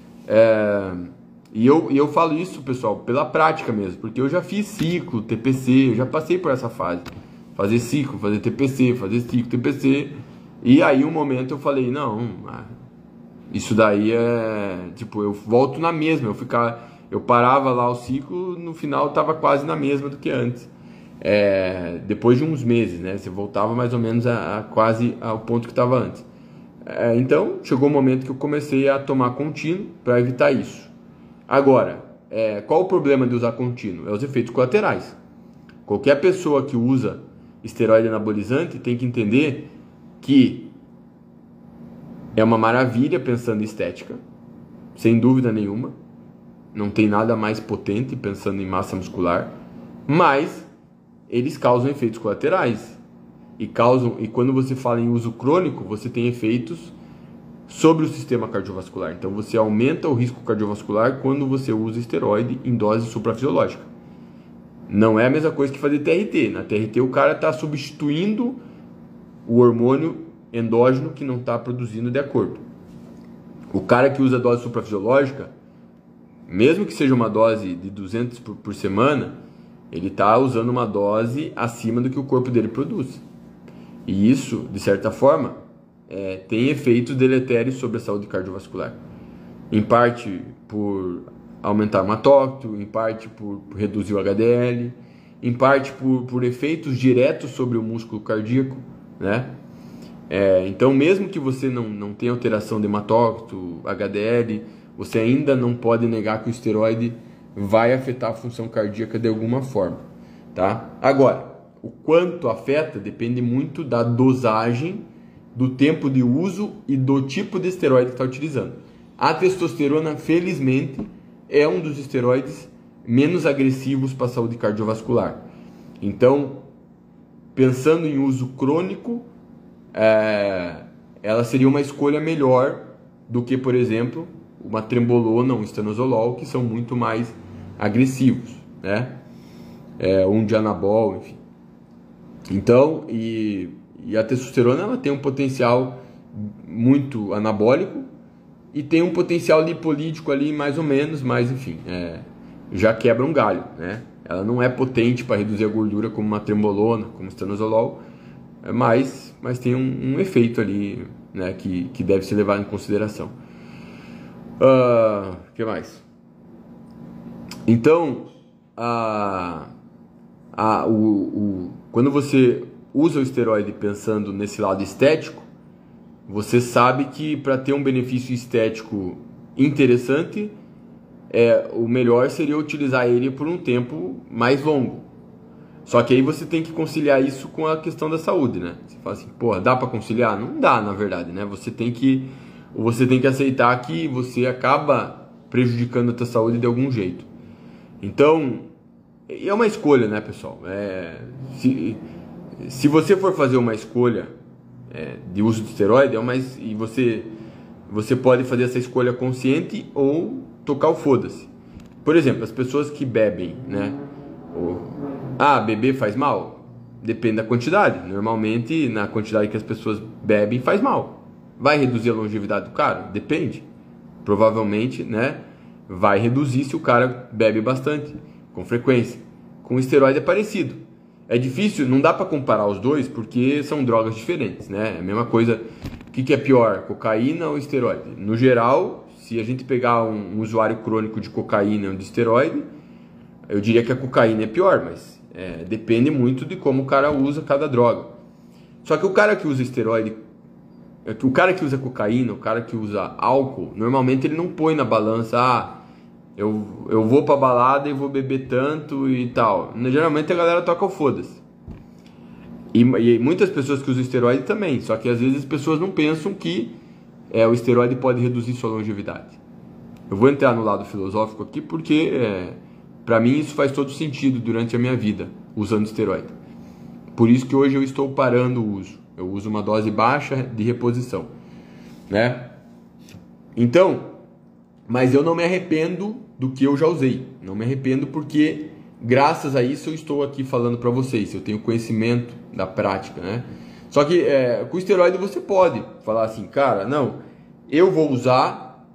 E eu falo isso, pessoal, pela prática mesmo, porque eu já fiz ciclo, TPC, eu já passei por essa fase. Fazer ciclo, fazer TPC, fazer ciclo, TPC. E aí um momento eu falei, não, isso daí tipo, eu volto na mesma, eu parava lá o ciclo, no final estava quase na mesma do que antes. Depois de uns meses, né? Você voltava mais ou menos quase ao ponto que estava antes. Então, chegou o momento que eu comecei a tomar contínuo para evitar isso. Agora, qual o problema de usar contínuo? É os efeitos colaterais. Qualquer pessoa que usa esteroide anabolizante tem que entender que é uma maravilha pensando em estética, sem dúvida nenhuma. Não tem nada mais potente pensando em massa muscular, mas eles causam efeitos colaterais. E quando você fala em uso crônico, você tem efeitos sobre o sistema cardiovascular. Então você aumenta o risco cardiovascular quando você usa esteroide em dose suprafisiológica. Não é a mesma coisa que fazer TRT. Na TRT o cara está substituindo o hormônio endógeno que não está produzindo de acordo. O cara que usa dose suprafisiológica, mesmo que seja uma dose de 200 por semana, ele está usando uma dose acima do que o corpo dele produz. E isso, de certa forma, tem efeitos deletérios sobre a saúde cardiovascular. Em parte por aumentar o hematócrito, em parte por reduzir o HDL, em parte por efeitos diretos sobre o músculo cardíaco, né? Então, mesmo que você não tenha alteração de hematócrito, HDL, você ainda não pode negar que o esteroide vai afetar a função cardíaca de alguma forma, tá? Agora, o quanto afeta depende muito da dosagem, do tempo de uso e do tipo de esteroide que está utilizando. A testosterona, felizmente, é um dos esteroides menos agressivos para a saúde cardiovascular. Então, pensando em uso crônico, ela seria uma escolha melhor do que, por exemplo, uma trembolona, um estanozolol, que são muito mais agressivos, né? Um dianabol, enfim. Então, e a testosterona, ela tem um potencial muito anabólico e tem um potencial lipolítico ali mais ou menos, mas enfim, já quebra um galho, né? Ela não é potente para reduzir a gordura como uma trembolona, como o estanozolol, mas tem um efeito ali, né, que deve ser levado em consideração. Que mais? Então, quando você usa o esteroide pensando nesse lado estético, você sabe que para ter um benefício estético interessante, o melhor seria utilizar ele por um tempo mais longo. Só que aí você tem que conciliar isso com a questão da saúde, né? Você fala assim, pô, dá para conciliar? Não dá, na verdade, né? Você tem que aceitar que você acaba prejudicando a tua saúde de algum jeito. Então, é uma escolha, né, pessoal? Se você for fazer uma escolha de uso de esteroide, e você pode fazer essa escolha consciente ou tocar o foda-se. Por exemplo, as pessoas que bebem, né? Beber faz mal? Depende da quantidade. Normalmente, na quantidade que as pessoas bebem, faz mal. Vai reduzir a longevidade do cara? Depende. Provavelmente, né, vai reduzir se o cara bebe bastante, com frequência. Com esteroide é parecido. É difícil, não dá para comparar os dois porque são drogas diferentes, né? É a mesma coisa. O que é pior, cocaína ou esteroide? No geral, se a gente pegar um usuário crônico de cocaína ou de esteroide, eu diria que a cocaína é pior, mas depende muito de como o cara usa cada droga. Só que o cara que usa esteroide, o cara que usa cocaína, o cara que usa álcool, normalmente ele não põe na balança, eu vou pra balada e vou beber tanto e tal. Geralmente a galera toca o foda-se. E muitas pessoas que usam esteroide também, só que às vezes as pessoas não pensam que o esteroide pode reduzir sua longevidade. Eu vou entrar no lado filosófico aqui porque pra mim isso faz todo sentido durante a minha vida, usando esteroide. Por isso que hoje eu estou parando o uso. Eu uso uma dose baixa de reposição, né? Então, mas eu não me arrependo do que eu já usei. Não me arrependo porque, graças a isso, eu estou aqui falando para vocês. Eu tenho conhecimento da prática, né? Só que com esteroide você pode falar assim, cara, não, eu vou usar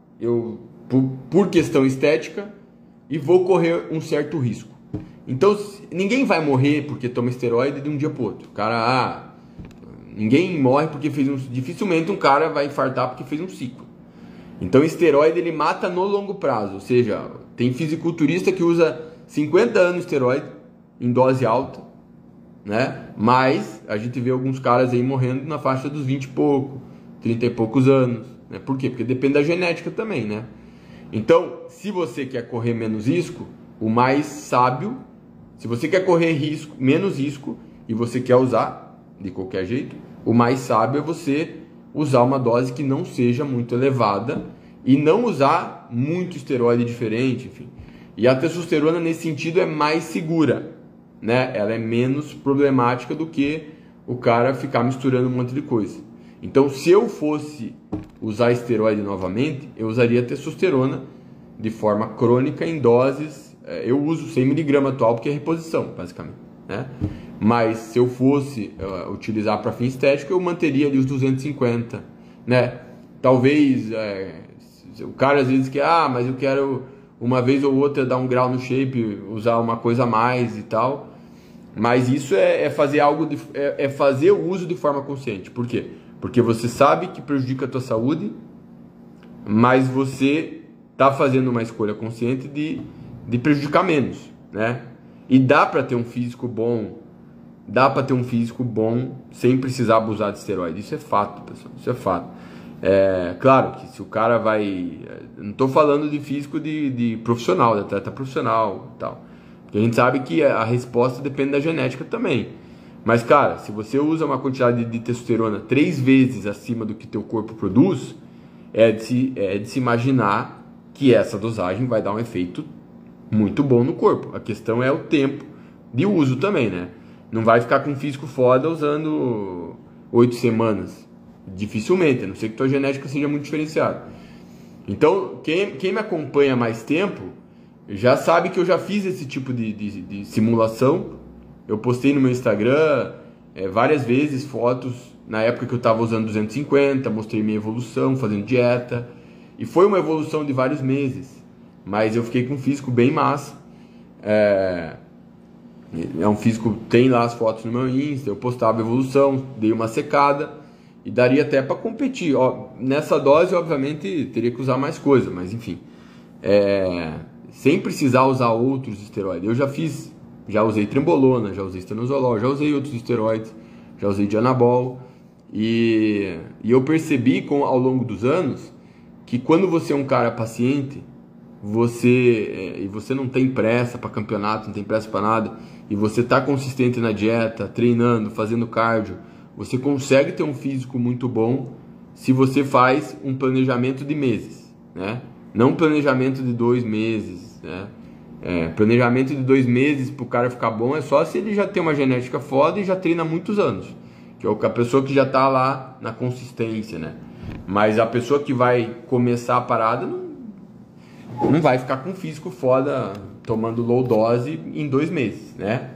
por questão estética e vou correr um certo risco. Então, ninguém vai morrer porque toma esteroide de um dia para o outro. Cara, ninguém morre porque dificilmente um cara vai infartar porque fez um ciclo. Então, esteroide ele mata no longo prazo. Ou seja, tem fisiculturista que usa 50 anos de esteroide em dose alta, né? Mas a gente vê alguns caras aí morrendo na faixa dos 20 e pouco, 30 e poucos anos, né? Por quê? Porque depende da genética também, né? Então, se você quer correr menos risco, o mais sábio, se você quer correr menos risco e você quer usar de qualquer jeito, o mais sábio é você usar uma dose que não seja muito elevada e não usar muito esteroide diferente, enfim. E a testosterona nesse sentido é mais segura, né? Ela é menos problemática do que o cara ficar misturando um monte de coisa. Então, se eu fosse usar esteroide novamente, eu usaria testosterona de forma crônica em doses. Eu uso 100 mg atual porque é reposição, basicamente, né? Mas se eu fosse utilizar para fim estético, eu manteria ali os 250, né? Talvez o cara às vezes quer, mas eu quero uma vez ou outra dar um grau no shape, usar uma coisa a mais e tal. Mas isso é fazer fazer o uso de forma consciente. Por quê? Porque você sabe que prejudica a tua saúde, mas você está fazendo uma escolha consciente de prejudicar menos, né? E dá para ter um físico bom. Dá para ter um físico bom sem precisar abusar de esteroide. Isso é fato, pessoal. Isso é fato. Claro que se o cara vai... Não estou falando de físico de profissional, de atleta profissional e tal. Porque a gente sabe que a resposta depende da genética também. Mas, cara, se você usa uma quantidade de testosterona 3 vezes acima do que teu corpo produz, é de se imaginar que essa dosagem vai dar um efeito muito bom no corpo. A questão é o tempo de uso também, né? Não vai ficar com um físico foda usando 8 semanas. Dificilmente, a não ser que tua genética seja muito diferenciada. Então, quem me acompanha há mais tempo já sabe que eu já fiz esse tipo de simulação. Eu postei no meu Instagram várias vezes fotos na época que eu estava usando 250, mostrei minha evolução, fazendo dieta. E foi uma evolução de vários meses. Mas eu fiquei com um físico bem massa. É um físico, tem lá as fotos no meu Insta, eu postava a evolução, dei uma secada e daria até para competir. Nessa dose, obviamente, teria que usar mais coisa, mas enfim, sem precisar usar outros esteroides. Eu já usei trembolona, já usei estanozolol, já usei outros esteroides, já usei dianabol e eu percebi ao longo dos anos que quando você é um cara paciente, e você não tem pressa para campeonato, não tem pressa para nada, e você tá consistente na dieta, treinando, fazendo cardio, você consegue ter um físico muito bom se você faz um planejamento de meses, né? Não um planejamento de 2 meses, né? Planejamento de 2 meses pro cara ficar bom é só se ele já tem uma genética foda e já treina há muitos anos, que é a pessoa que já tá lá na consistência, né? Mas a pessoa que vai começar a parada não vai ficar com físico foda tomando low dose em 2 meses, né?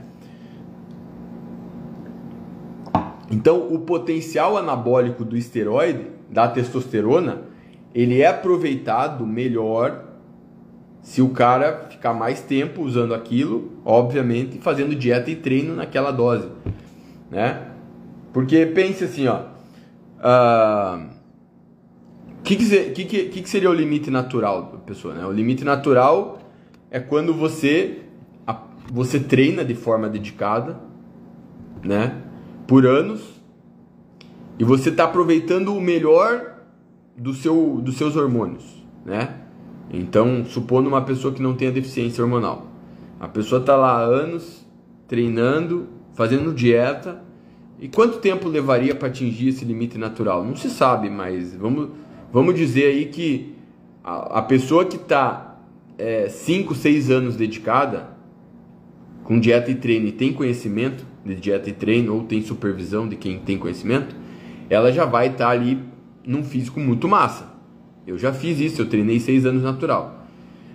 Então, o potencial anabólico do esteroide da testosterona, ele é aproveitado melhor se o cara ficar mais tempo usando aquilo, obviamente, fazendo dieta e treino naquela dose, né? Porque pense assim, ó, que seria o limite natural da pessoa, né? O limite natural é quando você treina de forma dedicada, né? Por anos, e você está aproveitando o melhor dos seus hormônios, né? Então, supondo uma pessoa que não tenha deficiência hormonal, a pessoa está lá há anos treinando, fazendo dieta, e quanto tempo levaria para atingir esse limite natural? Não se sabe, mas vamos dizer aí que a pessoa que está 5, 6 anos dedicada com dieta e treino e tem conhecimento de dieta e treino, ou tem supervisão de quem tem conhecimento, ela já vai estar ali num físico muito massa. Eu já fiz isso, eu treinei 6 anos natural.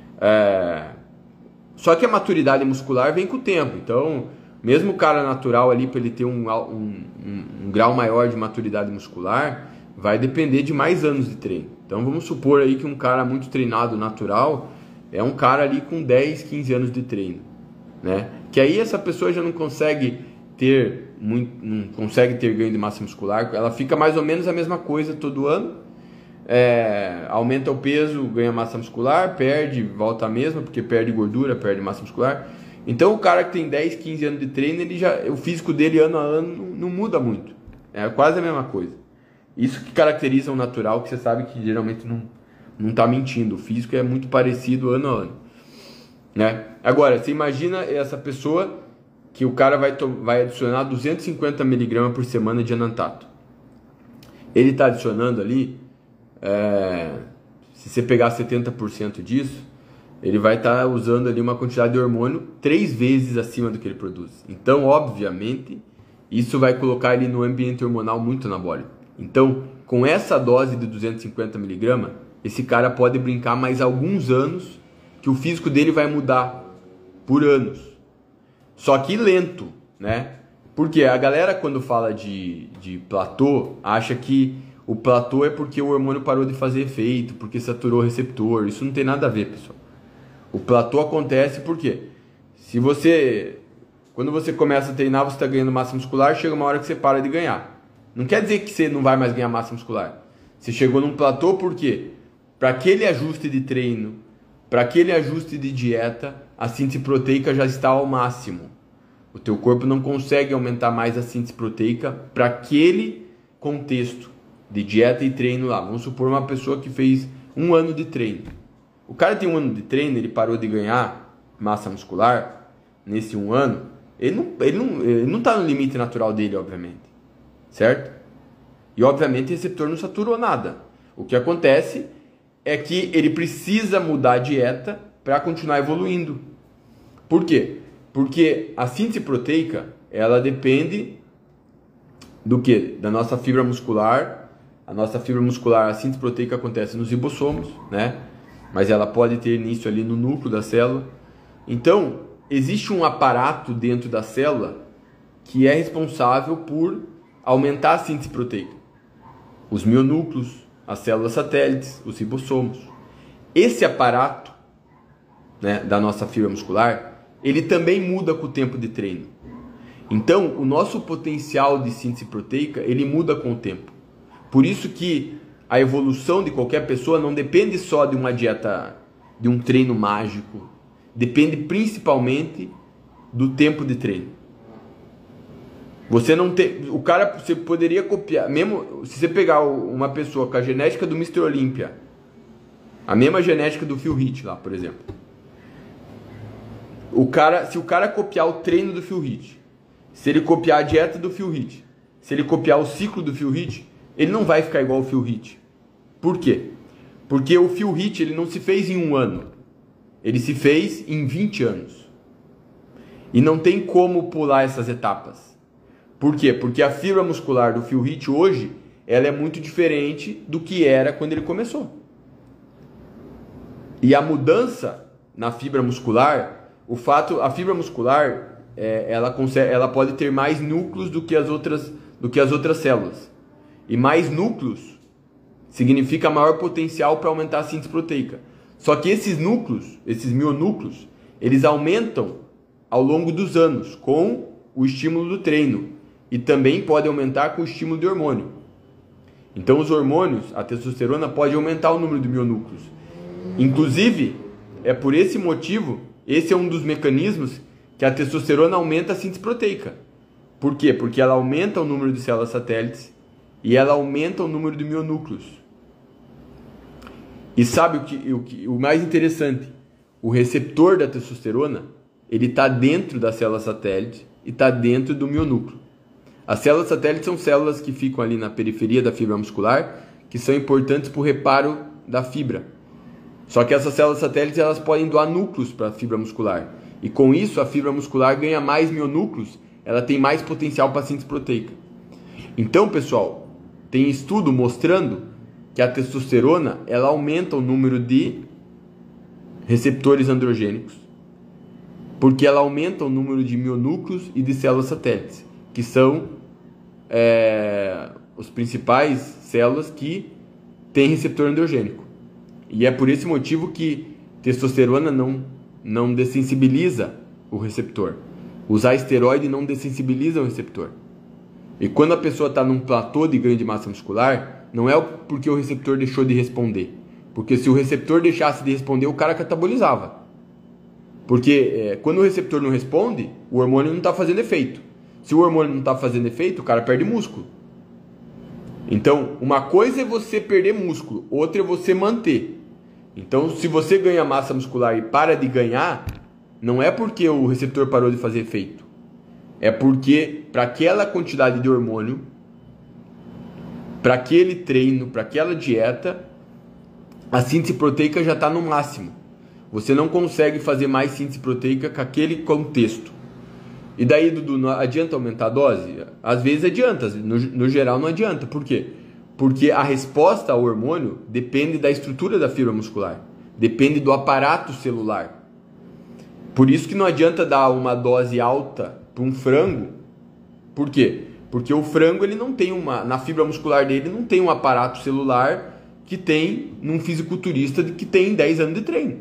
Só que a maturidade muscular vem com o tempo. Então, mesmo o cara natural ali, para ele ter um grau maior de maturidade muscular, vai depender de mais anos de treino. Então, vamos supor aí que um cara muito treinado natural é um cara ali com 10, 15 anos de treino, né? Que aí essa pessoa já não consegue ter ganho de massa muscular. Ela fica mais ou menos a mesma coisa todo ano. Aumenta o peso, ganha massa muscular, perde, volta a mesma, porque perde gordura, perde massa muscular. Então o cara que tem 10, 15 anos de treino, o físico dele ano a ano não muda muito. É quase a mesma coisa. Isso que caracteriza o natural, que você sabe que geralmente não está mentindo. O físico é muito parecido ano a ano, né? Agora, você imagina essa pessoa que o cara vai adicionar 250 mg por semana de anantato. Ele está adicionando ali, se você pegar 70% disso, ele vai estar usando ali uma quantidade de hormônio 3 vezes acima do que ele produz. Então, obviamente, isso vai colocar ele no ambiente hormonal muito anabólico. Então, com essa dose de 250 mg, esse cara pode brincar mais alguns anos, que o físico dele vai mudar por anos. Só que lento, né? Porque a galera, quando fala de platô, acha que o platô é porque o hormônio parou de fazer efeito, porque saturou o receptor. Isso não tem nada a ver, pessoal. O platô acontece porque quando você começa a treinar, você está ganhando massa muscular, chega uma hora que você para de ganhar. Não quer dizer que você não vai mais ganhar massa muscular. Você chegou num platô por quê? Para aquele ajuste de treino, para aquele ajuste de dieta, a síntese proteica já está ao máximo. O teu corpo não consegue aumentar mais a síntese proteica para aquele contexto de dieta e treino lá. Vamos supor uma pessoa que fez 1 ano de treino. O cara tem 1 ano de treino, ele parou de ganhar massa muscular nesse 1 ano, ele não está no limite natural dele, obviamente. Certo? E obviamente o receptor não saturou nada. O que acontece é que ele precisa mudar a dieta para continuar evoluindo. Por quê? Porque a síntese proteica, ela depende do quê? Da nossa fibra muscular. A nossa fibra muscular, a síntese proteica acontece nos ribossomos, né? Mas ela pode ter início ali no núcleo da célula. Então, existe um aparato dentro da célula que é responsável por aumentar a síntese proteica. Os mionúcleos, as células satélites, os ribossomos. Esse aparato, né, da nossa fibra muscular, ele também muda com o tempo de treino. Então, o nosso potencial de síntese proteica, ele muda com o tempo. Por isso que a evolução de qualquer pessoa não depende só de uma dieta, de um treino mágico. Depende principalmente do tempo de treino. Você não tem, o cara, você poderia copiar, mesmo se você pegar uma pessoa com a genética do Mr. Olympia, a mesma genética do Phil Heath lá, por exemplo. Se o cara copiar o treino do Phil Heath, se ele copiar a dieta do Phil Heath, se ele copiar o ciclo do Phil Heath, ele não vai ficar igual ao Phil Heath. Por quê? Porque o Phil Heath, ele não se fez em 1 ano. Ele se fez em 20 anos. E não tem como pular essas etapas. Por quê? Porque a fibra muscular do Phil Heath hoje, ela é muito diferente do que era quando ele começou. E a mudança na fibra muscular, a fibra muscular, ela pode ter mais núcleos do que as outras células. E mais núcleos significa maior potencial para aumentar a síntese proteica. Só que esses núcleos, esses mionúcleos, eles aumentam ao longo dos anos com o estímulo do treino e também podem aumentar com o estímulo de hormônio. Então os hormônios, a testosterona pode aumentar o número de mionúcleos. Inclusive, é por esse motivo, esse é um dos mecanismos que a testosterona aumenta a síntese proteica. Por quê? Porque ela aumenta o número de células satélites e ela aumenta o número de mionúcleos. E sabe o mais interessante? O receptor da testosterona, ele está dentro da célula satélite e está dentro do mionúcleo. As células satélites são células que ficam ali na periferia da fibra muscular, que são importantes para o reparo da fibra. Só que essas células satélites elas podem doar núcleos para a fibra muscular. E com isso a fibra muscular ganha mais mionúcleos, ela tem mais potencial para síntese proteica. Então, pessoal, tem estudo mostrando que a testosterona ela aumenta o número de receptores androgênicos, porque ela aumenta o número de mionúcleos e de células satélites, que são os principais células que têm receptor androgênico. E é por esse motivo que testosterona não dessensibiliza o receptor. Usar esteroide não dessensibiliza o receptor. E quando a pessoa está num platô de ganho de massa muscular, não é porque o receptor deixou de responder. Porque se o receptor deixasse de responder, o cara catabolizava. Porque quando o receptor não responde, o hormônio não está fazendo efeito. Se o hormônio não está fazendo efeito, o cara perde músculo. Então, uma coisa é você perder músculo, outra é você manter. Então, se você ganha massa muscular e para de ganhar, não é porque o receptor parou de fazer efeito. É porque para aquela quantidade de hormônio, para aquele treino, para aquela dieta, a síntese proteica já está no máximo. Você não consegue fazer mais síntese proteica com aquele contexto. E daí, Dudu, não adianta aumentar a dose? Às vezes adianta, no geral não adianta. Por quê? Porque a resposta ao hormônio depende da estrutura da fibra muscular, depende do aparato celular. Por isso que não adianta dar uma dose alta para um frango. Por quê? Porque o frango ele não tem na fibra muscular dele não tem um aparato celular que tem num fisiculturista que tem 10 anos de treino.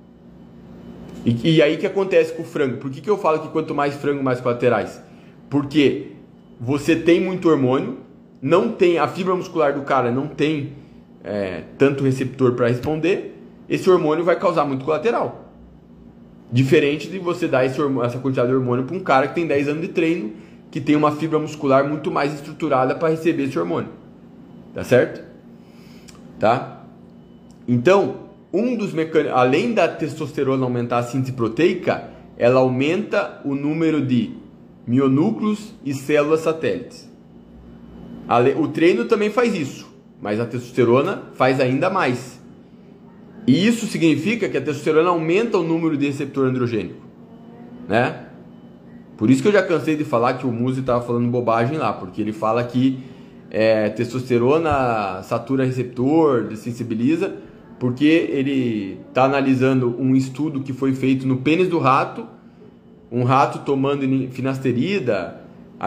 E aí o que acontece com o frango? Por que eu falo que quanto mais frango, mais colaterais? Porque você tem muito hormônio, não tem a fibra muscular do cara não tem tanto receptor para responder, esse hormônio vai causar muito colateral. Diferente de você dar essa quantidade de hormônio para um cara que tem 10 anos de treino, que tem uma fibra muscular muito mais estruturada para receber esse hormônio. Tá certo? Tá? Então, um dos mecanismos, além da testosterona aumentar a síntese proteica, ela aumenta o número de mionúcleos e células satélites. O treino também faz isso, mas a testosterona faz ainda mais. E isso significa que a testosterona aumenta o número de receptor androgênico, né? Por isso que eu já cansei de falar que o Muzi estava falando bobagem lá, porque ele fala que testosterona satura receptor, dessensibiliza, porque ele está analisando um estudo que foi feito no pênis do rato, um rato tomando finasterida,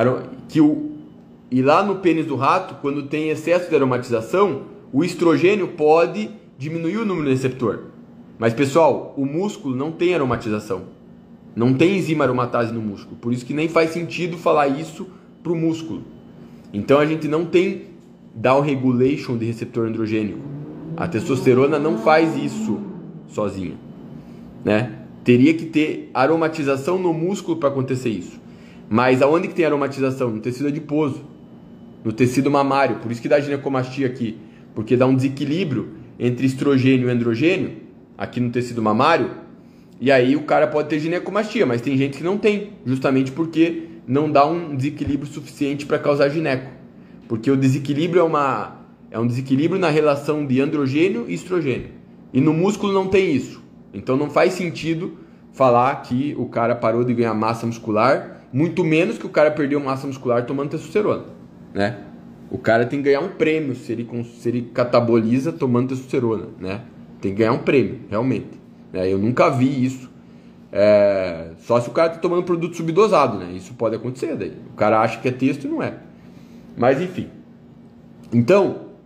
e lá no pênis do rato, quando tem excesso de aromatização, o estrogênio pode diminuir o número de receptor. Mas pessoal, o músculo não tem aromatização. Não tem enzima aromatase no músculo. Por isso que nem faz sentido falar isso para o músculo. Então a gente não tem down regulation de receptor androgênico. A testosterona não faz isso sozinha, né? Teria que ter aromatização no músculo para acontecer isso. Mas aonde que tem aromatização? No tecido adiposo, no tecido mamário. Por isso que dá ginecomastia aqui. Porque dá um desequilíbrio entre estrogênio e androgênio aqui no tecido mamário. E aí o cara pode ter ginecomastia, mas tem gente que não tem, justamente porque não dá um desequilíbrio suficiente para causar gineco. Porque o desequilíbrio é um desequilíbrio na relação de androgênio e estrogênio. E no músculo não tem isso. Então não faz sentido falar que o cara parou de ganhar massa muscular, muito menos que o cara perdeu massa muscular tomando testosterona, né? O cara tem que ganhar um prêmio se ele cataboliza tomando testosterona, né? Tem que ganhar um prêmio, realmente. Eu nunca vi isso. Só se o cara está tomando produto subdosado, né? Isso pode acontecer. Daí. O cara acha que é testo e não é. Mas enfim. Então,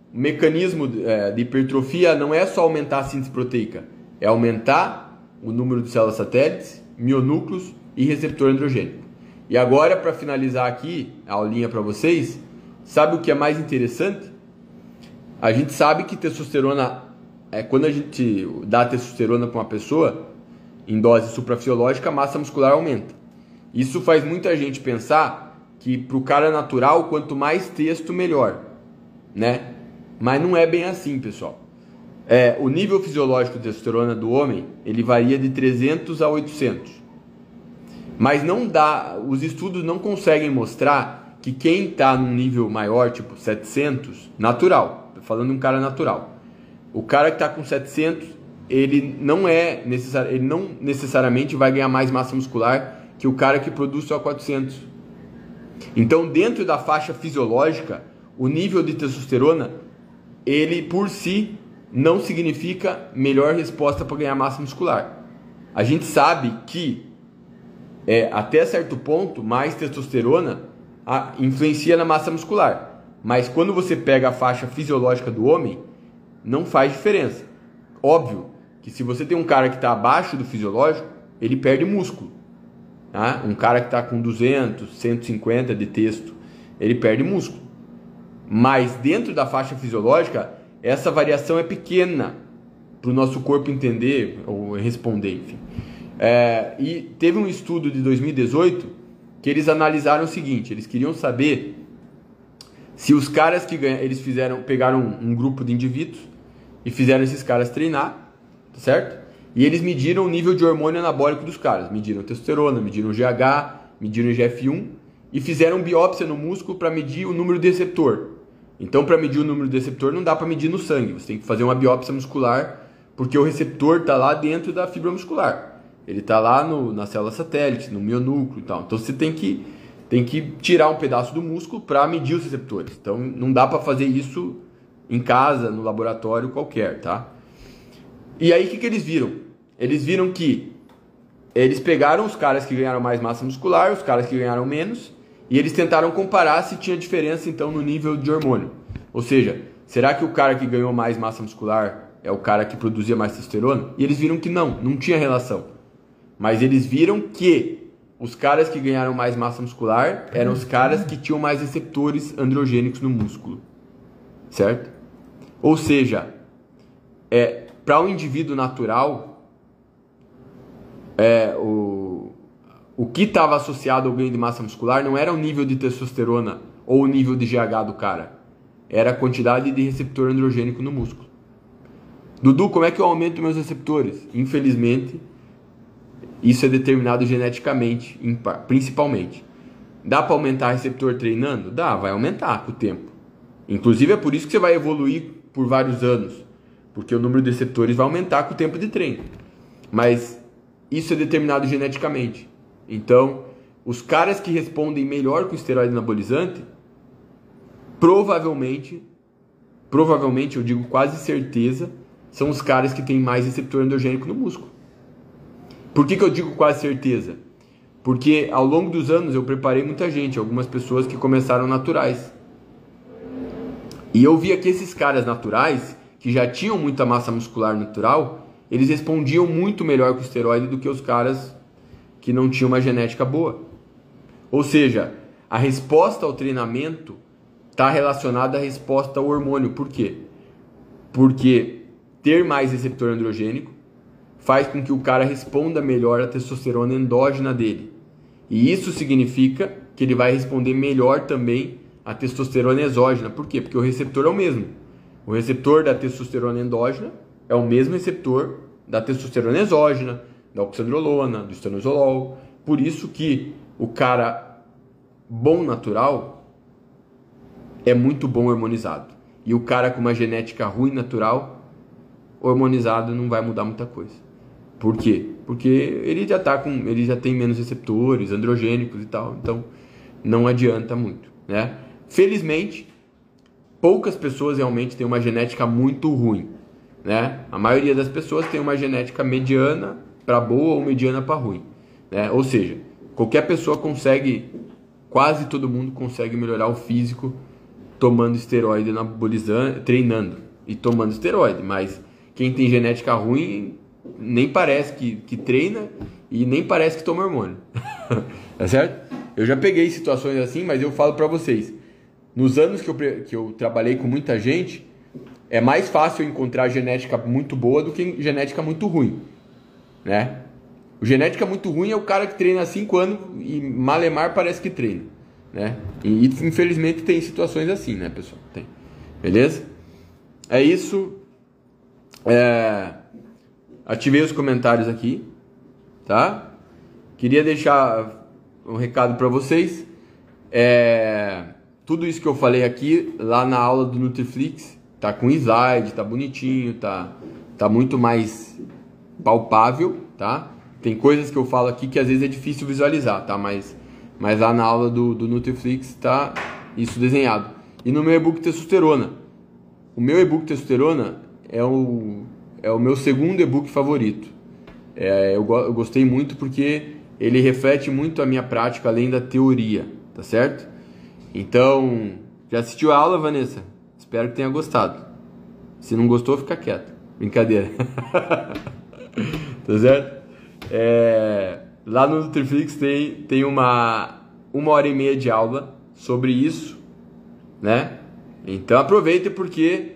o mecanismo de hipertrofia não é só aumentar a síntese proteica, é aumentar o número de células satélites, mionúcleos e receptor androgênico. E agora, para finalizar aqui a aulinha para vocês, sabe o que é mais interessante? A gente sabe que testosterona, quando a gente dá testosterona para uma pessoa em dose suprafisiológica, a massa muscular aumenta. Isso faz muita gente pensar que para o cara natural, quanto mais testo, melhor, né? Mas não é bem assim, pessoal. O nível fisiológico de testosterona do homem, ele varia de 300 a 800. Mas não dá, os estudos não conseguem mostrar que quem está num nível maior, tipo 700, natural, tô falando de um cara natural. O cara que está com 700, ele não necessariamente vai ganhar mais massa muscular que o cara que produz só 400. Então, dentro da faixa fisiológica, o nível de testosterona, ele por si não significa melhor resposta para ganhar massa muscular. A gente sabe que até certo ponto, mais testosterona influencia na massa muscular. Mas quando você pega a faixa fisiológica do homem, não faz diferença. Óbvio que se você tem um cara que está abaixo do fisiológico, ele perde músculo. Tá? Um cara que está com 200, 150 de testo, ele perde músculo. Mas dentro da faixa fisiológica, essa variação é pequena para o nosso corpo entender ou responder, enfim. E teve um estudo de 2018 que eles analisaram o seguinte: eles queriam saber se os caras que ganham, eles pegaram um grupo de indivíduos e fizeram esses caras treinar, certo? E eles mediram o nível de hormônio anabólico dos caras, mediram testosterona, mediram GH, mediram IGF-1 e fizeram biópsia no músculo para medir o número de receptor. Então, para medir o número de receptor não dá para medir no sangue, você tem que fazer uma biópsia muscular, porque o receptor está lá dentro da fibra muscular. Ele está lá na célula satélite, no mionúcleo e tal. Então você tem que tirar um pedaço do músculo para medir os receptores. Então não dá para fazer isso em casa, no laboratório qualquer, tá? E aí o que eles viram? Eles viram que eles pegaram os caras que ganharam mais massa muscular, os caras que ganharam menos, e eles tentaram comparar se tinha diferença então no nível de hormônio. Ou seja, será que o cara que ganhou mais massa muscular é o cara que produzia mais testosterona? E eles viram que não tinha relação. Mas eles viram que os caras que ganharam mais massa muscular eram os caras que tinham mais receptores androgênicos no músculo. Certo? Ou seja, para um indivíduo natural, o que estava associado ao ganho de massa muscular não era o nível de testosterona ou o nível de GH do cara. Era a quantidade de receptor androgênico no músculo. Dudu, como é que eu aumento meus receptores? Infelizmente, isso é determinado geneticamente, principalmente. Dá para aumentar receptor treinando? Dá, vai aumentar com o tempo. Inclusive é por isso que você vai evoluir por vários anos, porque o número de receptores vai aumentar com o tempo de treino. Mas isso é determinado geneticamente. Então, os caras que respondem melhor com esteroide anabolizante, provavelmente, eu digo quase certeza, são os caras que têm mais receptor endogênico no músculo. Por que eu digo quase certeza? Porque ao longo dos anos eu preparei muita gente, algumas pessoas que começaram naturais. E eu via que esses caras naturais, que já tinham muita massa muscular natural, eles respondiam muito melhor com esteroide do que os caras que não tinham uma genética boa. Ou seja, a resposta ao treinamento está relacionada à resposta ao hormônio. Por quê? Porque ter mais receptor androgênico faz com que o cara responda melhor à testosterona endógena dele. E isso significa que ele vai responder melhor também à testosterona exógena. Por quê? Porque o receptor é o mesmo. O receptor da testosterona endógena é o mesmo receptor da testosterona exógena, da oxandrolona, do estanozolol. Por isso que o cara bom natural é muito bom hormonizado. E o cara com uma genética ruim natural, hormonizado, não vai mudar muita coisa. Por quê? Porque ele já tem menos receptores androgênicos e tal, então não adianta muito, né? Felizmente, poucas pessoas realmente têm uma genética muito ruim, né? A maioria das pessoas tem uma genética mediana para boa ou mediana para ruim, né? Ou seja, qualquer pessoa consegue, quase todo mundo consegue melhorar o físico tomando esteroide anabolizante, treinando e tomando esteroide, mas quem tem genética ruim nem parece que treina e nem parece que toma hormônio. Tá certo? Eu já peguei situações assim, mas eu falo pra vocês, nos anos que eu trabalhei com muita gente, é mais fácil encontrar genética muito boa do que genética muito ruim, né? O genética muito ruim é o cara que treina há 5 anos e malemar parece que treina, né? E infelizmente tem situações assim, né, pessoal? Tem. Beleza? É isso. Ativei os comentários aqui, tá? Queria deixar um recado para vocês. Tudo isso que eu falei aqui, lá na aula do Nutriflix, tá com slide, tá bonitinho, tá muito mais palpável, tá? Tem coisas que eu falo aqui que às vezes é difícil visualizar, tá? Mas lá na aula do Nutriflix tá isso desenhado. E no meu e-book Testosterona. O meu e-book Testosterona é o meu segundo e-book favorito. Eu gostei muito porque ele reflete muito a minha prática além da teoria, tá certo? Então, já assistiu a aula, Vanessa? Espero que tenha gostado. Se não gostou, fica quieto. Brincadeira. Tá certo? Lá no Nutriflix tem uma hora e meia de aula sobre isso, né? Então aproveite porque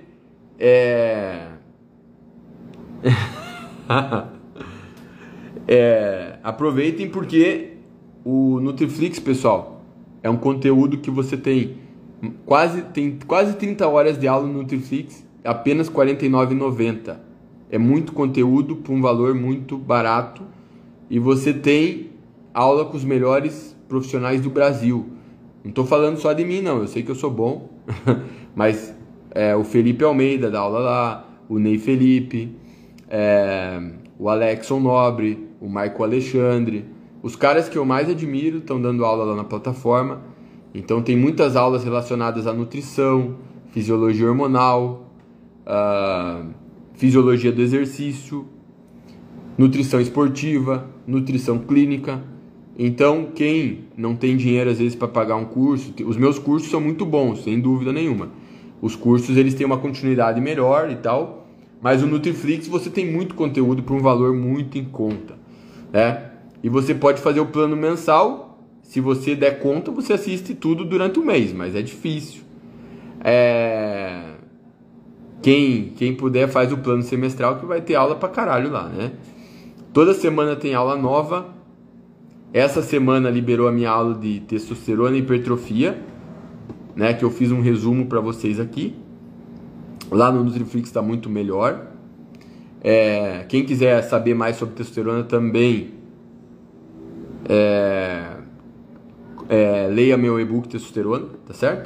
aproveitem porque o Nutriflix, pessoal, é um conteúdo que você tem quase 30 horas de aula no Nutriflix, apenas R$ 49,90. É muito conteúdo por um valor muito barato e você tem aula com os melhores profissionais do Brasil. Não estou falando só de mim, não. Eu sei que eu sou bom, mas o Felipe Almeida dá aula lá, o Ney Felipe, o Alexson Nobre, o Marco Alexandre. Os caras que eu mais admiro estão dando aula lá na plataforma. Então tem muitas aulas relacionadas à nutrição, fisiologia hormonal, fisiologia do exercício, nutrição esportiva, nutrição clínica. Então, quem não tem dinheiro às vezes para pagar um curso, os meus cursos são muito bons, sem dúvida nenhuma. Os cursos eles têm uma continuidade melhor e tal, mas o Nutriflix você tem muito conteúdo por um valor muito em conta, né? E você pode fazer o plano mensal, se você der conta, você assiste tudo durante o mês, mas é difícil. Quem puder faz o plano semestral que vai ter aula pra caralho lá, né? Toda semana tem aula nova. Essa semana liberou a minha aula de testosterona e hipertrofia, né? Que eu fiz um resumo para vocês aqui. Lá no Nutriflix está muito melhor. Quem quiser saber mais sobre testosterona também leia meu e-book Testosterona, tá certo?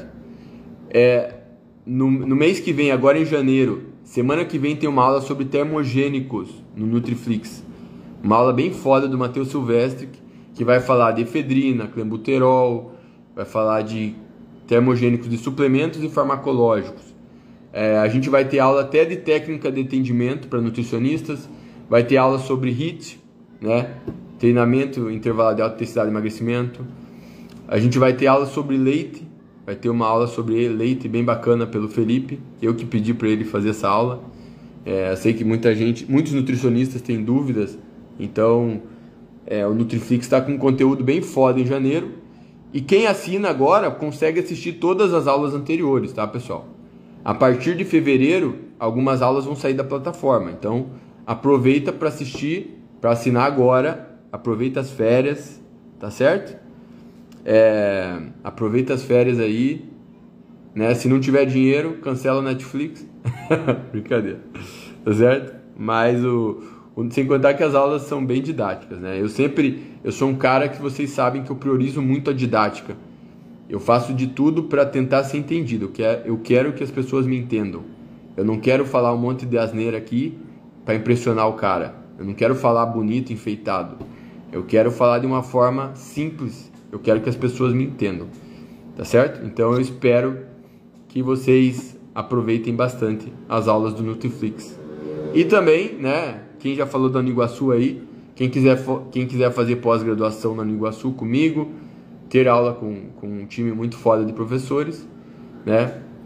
No mês que vem, agora em janeiro, semana que vem tem uma aula sobre termogênicos no Nutriflix. Uma aula bem foda do Matheus Silvestre, que vai falar de efedrina, clenbuterol, vai falar de termogênicos de suplementos e farmacológicos. A gente vai ter aula até de técnica de atendimento para nutricionistas, vai ter aula sobre HIIT, né? Treinamento intervalado de alta intensidade de emagrecimento. A gente vai ter aula sobre leite, vai ter uma aula sobre leite bem bacana pelo Felipe, eu que pedi para ele fazer essa aula. Sei que muitos nutricionistas têm dúvidas, então o Nutriflix está com um conteúdo bem foda em janeiro. E quem assina agora consegue assistir todas as aulas anteriores, tá, pessoal? A partir de fevereiro, algumas aulas vão sair da plataforma. Então, aproveita para assistir, para assinar agora. Aproveita as férias, tá certo? Aproveita as férias aí, né? Se não tiver dinheiro, cancela o Netflix. Brincadeira, tá certo? Mas sem contar que as aulas são bem didáticas, né? Eu sou um cara que vocês sabem que eu priorizo muito a didática. Eu faço de tudo para tentar ser entendido. Eu quero que as pessoas me entendam. Eu não quero falar um monte de asneira aqui para impressionar o cara. Eu não quero falar bonito, enfeitado. Eu quero falar de uma forma simples. Eu quero que as pessoas me entendam. Tá certo? Então eu espero que vocês aproveitem bastante as aulas do Nutriflix. E também, né, quem já falou da Uniguaçu aí, quem quiser fazer pós-graduação na Uniguaçu comigo, ter aula com um time muito foda de professores, né?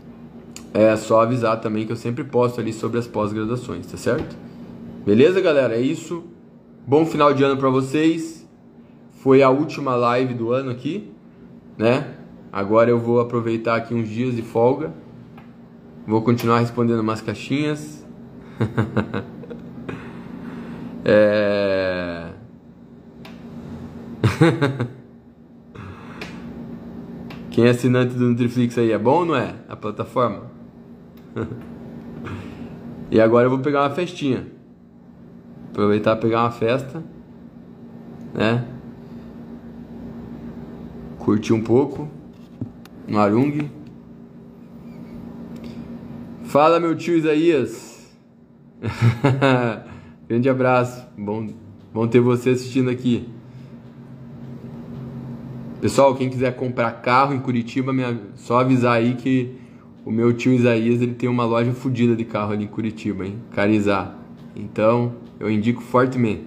É só avisar também que eu sempre posto ali sobre as pós-graduações, tá certo? Beleza, galera? É isso. Bom final de ano pra vocês. Foi a última live do ano aqui, né? Agora eu vou aproveitar aqui uns dias de folga. Vou continuar respondendo umas caixinhas. Quem é assinante do Nutriflix aí, é bom ou não é? A plataforma? E agora eu vou pegar uma festinha. Aproveitar e pegar uma festa, né? Curtir um pouco no Arung. Fala, meu tio Isaías. Grande abraço. Bom ter você assistindo aqui. Pessoal, quem quiser comprar carro em Curitiba, só avisar aí que o meu tio Isaías, ele tem uma loja fodida de carro ali em Curitiba, hein? Carizá. Então, eu indico fortemente.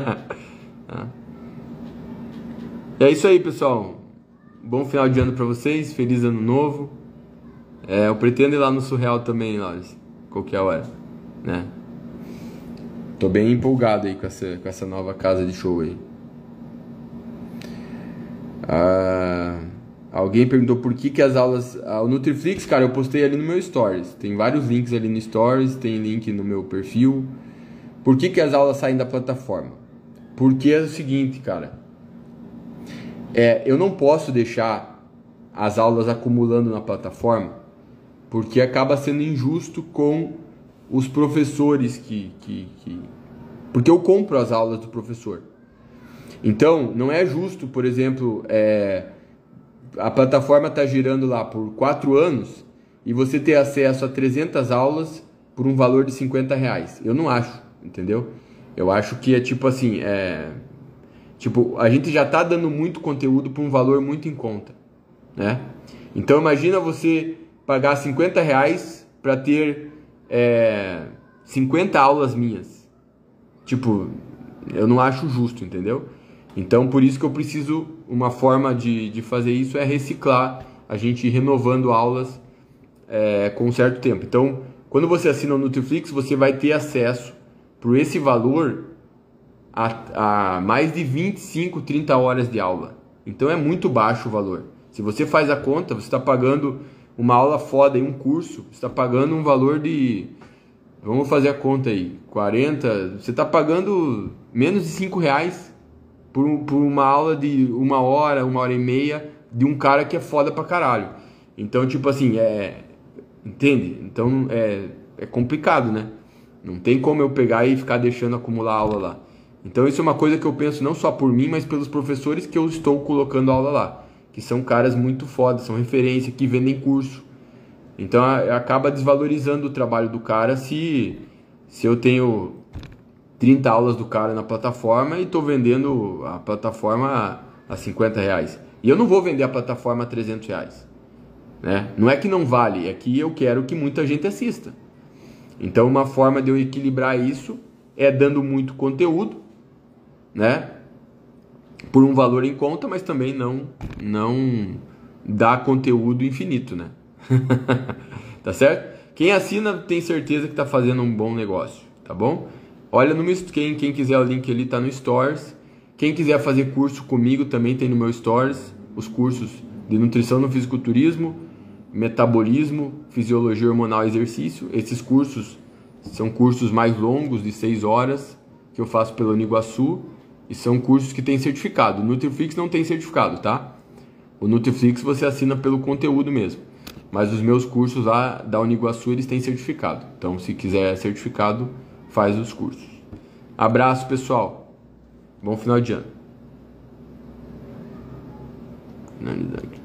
É isso aí, pessoal. Bom final de ano pra vocês. Feliz ano novo. Eu pretendo ir lá no Surreal também, Laures. Qualquer hora, né? Tô bem empolgado aí com essa nova casa de show aí. Alguém perguntou por que as aulas... O Nutriflix, cara, eu postei ali no meu Stories. Tem vários links ali no Stories, tem link no meu perfil. Por que as aulas saem da plataforma? Porque é o seguinte, cara. Eu não posso deixar as aulas acumulando na plataforma, porque acaba sendo injusto com os professores porque eu compro as aulas do professor. Então, não é justo, por exemplo, a plataforma está girando lá por 4 anos e você ter acesso a 300 aulas por um valor de R$50. Eu não acho, entendeu? Eu acho que é tipo assim, a gente já está dando muito conteúdo por um valor muito em conta, né? Então, imagina você pagar R$50 para ter 50 aulas minhas. Tipo, eu não acho justo, entendeu? Então, por isso que eu preciso, uma forma de fazer isso é reciclar, a gente ir renovando aulas com um certo tempo. Então, quando você assina o Nutriflix, você vai ter acesso, por esse valor, a mais de 25, 30 horas de aula. Então, é muito baixo o valor. Se você faz a conta, você está pagando uma aula foda em um curso, você está pagando um valor de... Vamos fazer a conta aí, 40... Você está pagando menos de R$5 por uma aula de 1 hora, 1h30 de um cara que é foda pra caralho. Então, tipo assim, entende? Então, é complicado, né? Não tem como eu pegar e ficar deixando acumular aula lá. Então, isso é uma coisa que eu penso não só por mim, mas pelos professores que eu estou colocando aula lá. Que são caras muito fodas, são referência, que vendem curso. Então, acaba desvalorizando o trabalho do cara se eu tenho 30 aulas do cara na plataforma e estou vendendo a plataforma a R$50. E eu não vou vender a plataforma a R$300, né? Não é que não vale, é que eu quero que muita gente assista. Então, uma forma de eu equilibrar isso é dando muito conteúdo, né? Por um valor em conta, mas também não dar conteúdo infinito, né? Tá certo? Quem assina tem certeza que está fazendo um bom negócio, tá bom? Olha no meu, quem quiser, o link ali tá no Stories. Quem quiser fazer curso comigo também tem no meu Stories. Os cursos de nutrição no fisiculturismo, metabolismo, fisiologia hormonal e exercício. Esses cursos são cursos mais longos, de 6 horas, que eu faço pela Uniguaçu. E são cursos que têm certificado. O Nutriflix não tem certificado, tá? O Nutriflix você assina pelo conteúdo mesmo. Mas os meus cursos lá da Uniguaçu, eles têm certificado. Então, se quiser certificado, faz os cursos. Abraço, pessoal. Bom final de ano. Finalizar aqui.